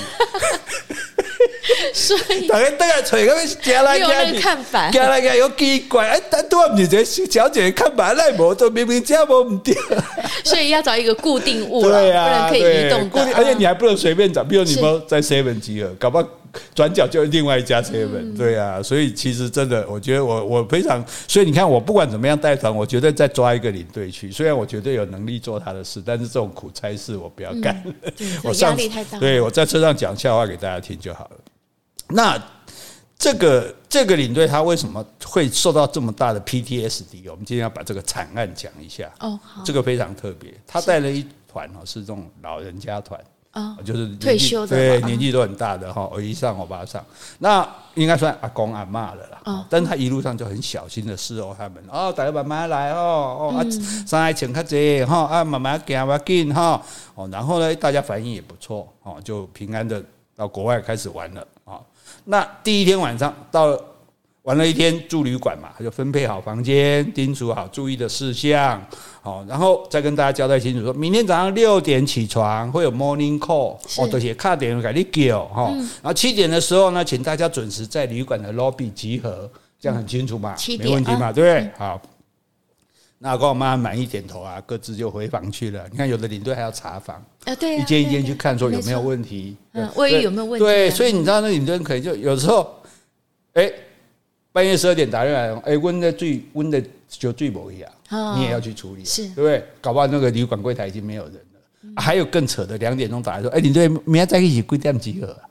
所以大家等下找个加来加去，加来加有奇怪，哎，但都唔是这小姐看板来无，都明明加无唔对。 所以要找一个固定物了， 对啊， 不然可以移动的。 而且你还不能随便找，比如你们在 seven 集合，搞不好转角就另外一家 seven、嗯。对啊，所以其实真的，我觉得我我非常，所以你看我不管怎么样带团，我绝对再抓一个领队去。虽然我绝对有能力做他的事，但是这种苦差事我不要干。 嗯、我压力太大。 对，我在车上讲笑话给大家听就好了。那这个这个领队他为什么会受到这么大的 P T S D？ 我们今天要把这个惨案讲一下。哦，好，这个非常特别。他带了一团哦，是这种老人家团，哦，就是退休的， 对，年纪都很大的哈，我一上我爸上，那应该算阿公阿嬷了啦。哦，但是他一路上就很小心的伺候他们。哦，大家慢慢来哦，哦，啊，上来请客这哈，啊，慢慢行吧紧哈。哦，然后呢，大家反应也不错，哦，就平安的到国外开始玩了啊。那第一天晚上到了玩了一天住旅馆嘛，就分配好房间，叮嘱好注意的事项，好，然后再跟大家交代清楚，说明天早上六点起床会有 morning call， 哦，都写卡点给你叫哈，嗯、然后七点的时候呢，请大家准时在旅馆的 lobby 集合，这样很清楚嘛，没问题嘛，对不对？好。那跟我妈满意点头啊，各自就回房去了。你看，有的领队还要查房， 啊，对啊， 一间一间去看，说有没有问题， 嗯，卫浴有没有问题？ 对，所以你知道那领队可能就有时候，哎、欸，半夜十二点打电话来，哎、欸，温的最温的就最不一样，哦，你也要去处理，是，对不对？搞不好那个旅馆柜台已经没有人了。嗯啊、还有更扯的，两点钟打来说，哎、欸，领队明天在一起几点集合、啊？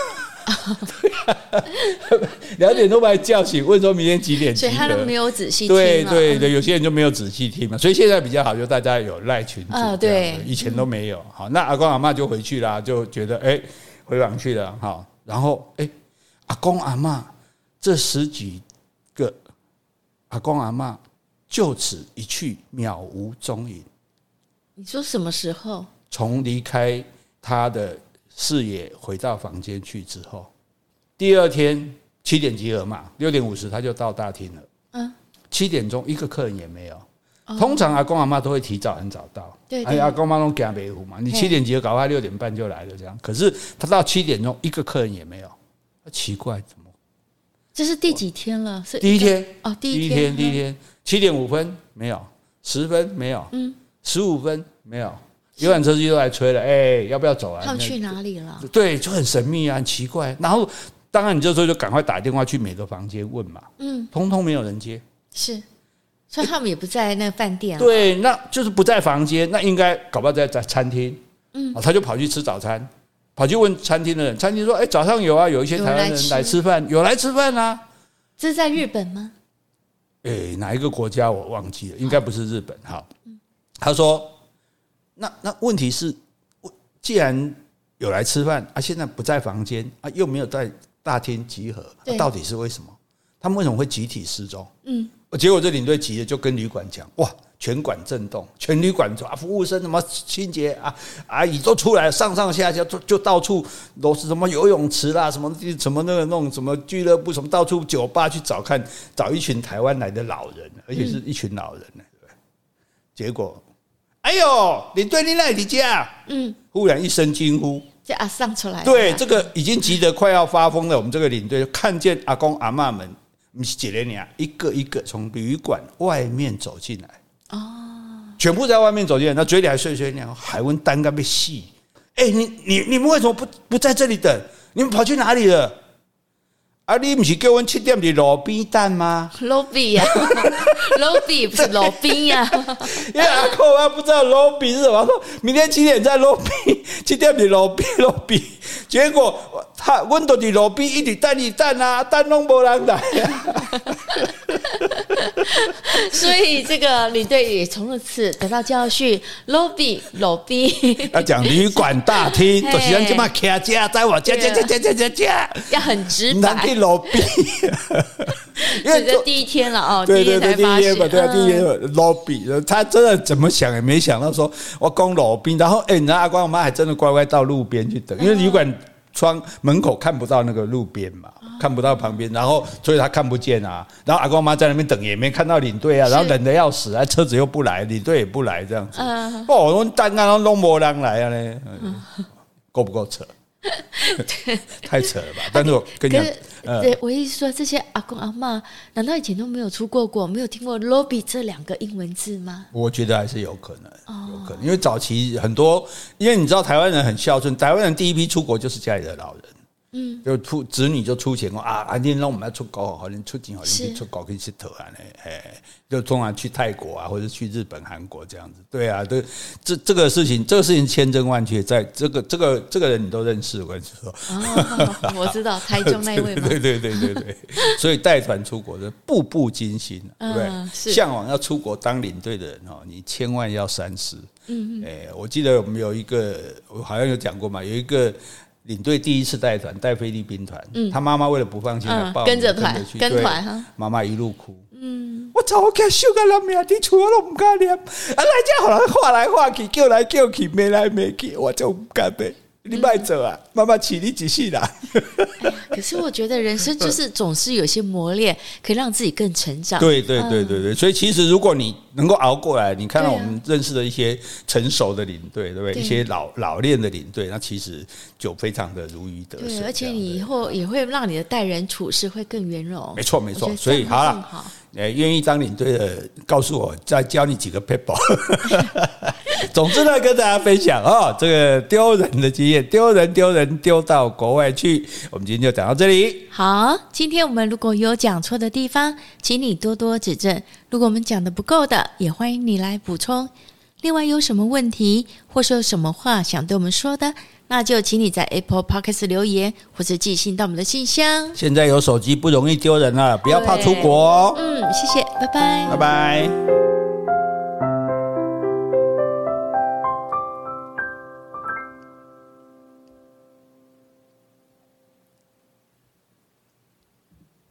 两点多把他叫醒，问说明天几点集合， 所以他都没有仔细听。 对对对，有些人就没有仔细听嘛，所以现在比较好，就大家有赖群组， 啊，对， 以前都没有。好，那阿公阿嬷就回去啦，就觉得哎、欸， 回访去了哈，然后哎，阿公阿嬷这十几个阿公阿嬷就此一去渺无踪影。 你说什么时候？ 从离开他的视野回到房间去之后，第二天七点集合嘛，六点五十他就到大厅了。嗯，七点钟一个客人也没有。哦、通常阿公阿嬷都会提早很早到， 对对， 阿公阿嬷都给他维护嘛。你七点集合，搞到六点半就来了这样。可是他到七点钟一个客人也没有，奇怪怎么？ 这是第几天了？是第一天哦，第一天，第一天七点五分没有，十分没有，嗯，十五分没有。游览车机都来催了，哎、欸，要不要走啊？ 他们去哪里了？ 对，就很神秘啊，很奇怪。然后，当然你这时候就赶快打电话去每个房间问嘛，嗯，通通没有人接， 是，所以他们也不在那个饭店、啊。 对，那就是不在房间，那应该搞不好在在餐厅，嗯，他就跑去吃早餐，跑去问餐厅的人，餐厅说，哎、欸，早上有啊，有一些台湾人来吃饭，有来吃饭啊。 这是在日本吗？ 哎、欸，哪一个国家我忘记了，应该不是日本。好，他说。那那问题是，既然有来吃饭啊，现在不在房间啊，又没有在大厅集合、啊，到底是为什么？他们为什么会集体失踪？嗯，结果这领队急了，就跟旅馆讲，哇，全馆震动，全旅馆啊，服务生什么清洁啊，阿姨都出来，上上下下就就到处都是什么游泳池啦，什么什么那个那种什么俱乐部，什么到处酒吧去找看，找一群台湾来的老人，而且是一群老人呢，对不对？结果。哎呦，领队你哪里家？嗯，忽然一声惊呼， 这阿桑出来了。 对，这个已经急得快要发疯了。我们这个领队看见阿公阿嬷们，不是几个人，一个一个从旅馆外面走进来。哦，全部在外面走进来，那嘴里还碎碎念，海温单干被戏。哎，你你你们为什么不不在这里等？你们跑去哪里了？啊，你不是叫我七点在路边等吗？ 路边呀，路边不是路边呀。 因为阿扣啊不知道路边是什么，说明天七点在路边，七点在路边路边。结果他我都在路边一直等一等啊，等都没人来啊。 所以这个领队也从此得到教训 ，lobby lobby 要讲旅馆大厅，就是咱这么徛家在我家家家家家家家， 要很直白。 去 lobby， 因为这第一天了哦， 对对对， 第一天嘛，对啊，第一天 lobby， 他真的怎么想也没想到说我讲 lobby， 然后哎，你知道阿公阿妈还真的乖乖到路边去等，因为旅馆窗门口看不到那个路边嘛。看不到旁边，然后所以他看不见啊。然后阿公阿妈在那边等，也没看到领队啊。然后冷得要死啊，车子又不来，领队也不来，这样子。嗯、哦，我单干都弄没人来啊呢，嗯、够不够扯？太扯了吧！但是我跟你讲， 呃，我意思说，这些阿公阿嬷难道以前都没有出过国，没有听过 lobby 这两个英文字吗？ 我觉得还是有可能，哦、有可能，因为早期很多，因为你知道台湾人很孝顺，台湾人第一批出国就是家里的老人。嗯，就出子女就出钱哦啊，啊，你让我们要出国，好，你出钱，好，你去出国可以去投啊，哎，就通常去泰国啊，或者去日本、韩国这样子。对啊，对，这这个事情，这个事情千真万确，在这个这个这个人你都认识，我跟你说。 哦，我知道台中那一位吗？ 对对对对对，所以带团出国的步步惊心，对不对？向往要出国当领队的人哦，你千万要三思。嗯嗯。哎，我记得我们有一个，我好像有讲过嘛，有一个。领队第一次带团带菲律宾团，嗯、他妈妈为了不放心，嗯、 跟着团跟团哈， 妈妈一路哭。嗯，我操！我看手个人命，你厝我都唔敢念，啊来这互人画来画去，叫来叫去，没来没去，我就唔敢呗。你别走啊，妈妈起你几世啦。 可是我觉得人生就是总是有些磨练，可以让自己更成长。 对对对对对，所以其实如果你能够熬过来，你看到我们认识的一些成熟的领队，对不对？一些老老练的领队，那其实就非常的如鱼得水。 对，而且你以后也会让你的待人处事会更圆融。 没错没错，所以好了。呃，愿意当领队的，告诉我，再教你几个 paper。总之呢，跟大家分享哦，这个丢人的经验，丢人丢人丢到国外去。我们今天就讲到这里。 好，今天我们如果有讲错的地方，请你多多指正。如果我们讲的不够的，也欢迎你来补充。另外，有什么问题，或是有什么话想对我们说的，那就请你在 Apple Podcast 留言，或者寄信到我们的信箱。 现在有手机不容易丢人了，不要怕出国哦。 嗯，谢谢，拜拜， 拜拜。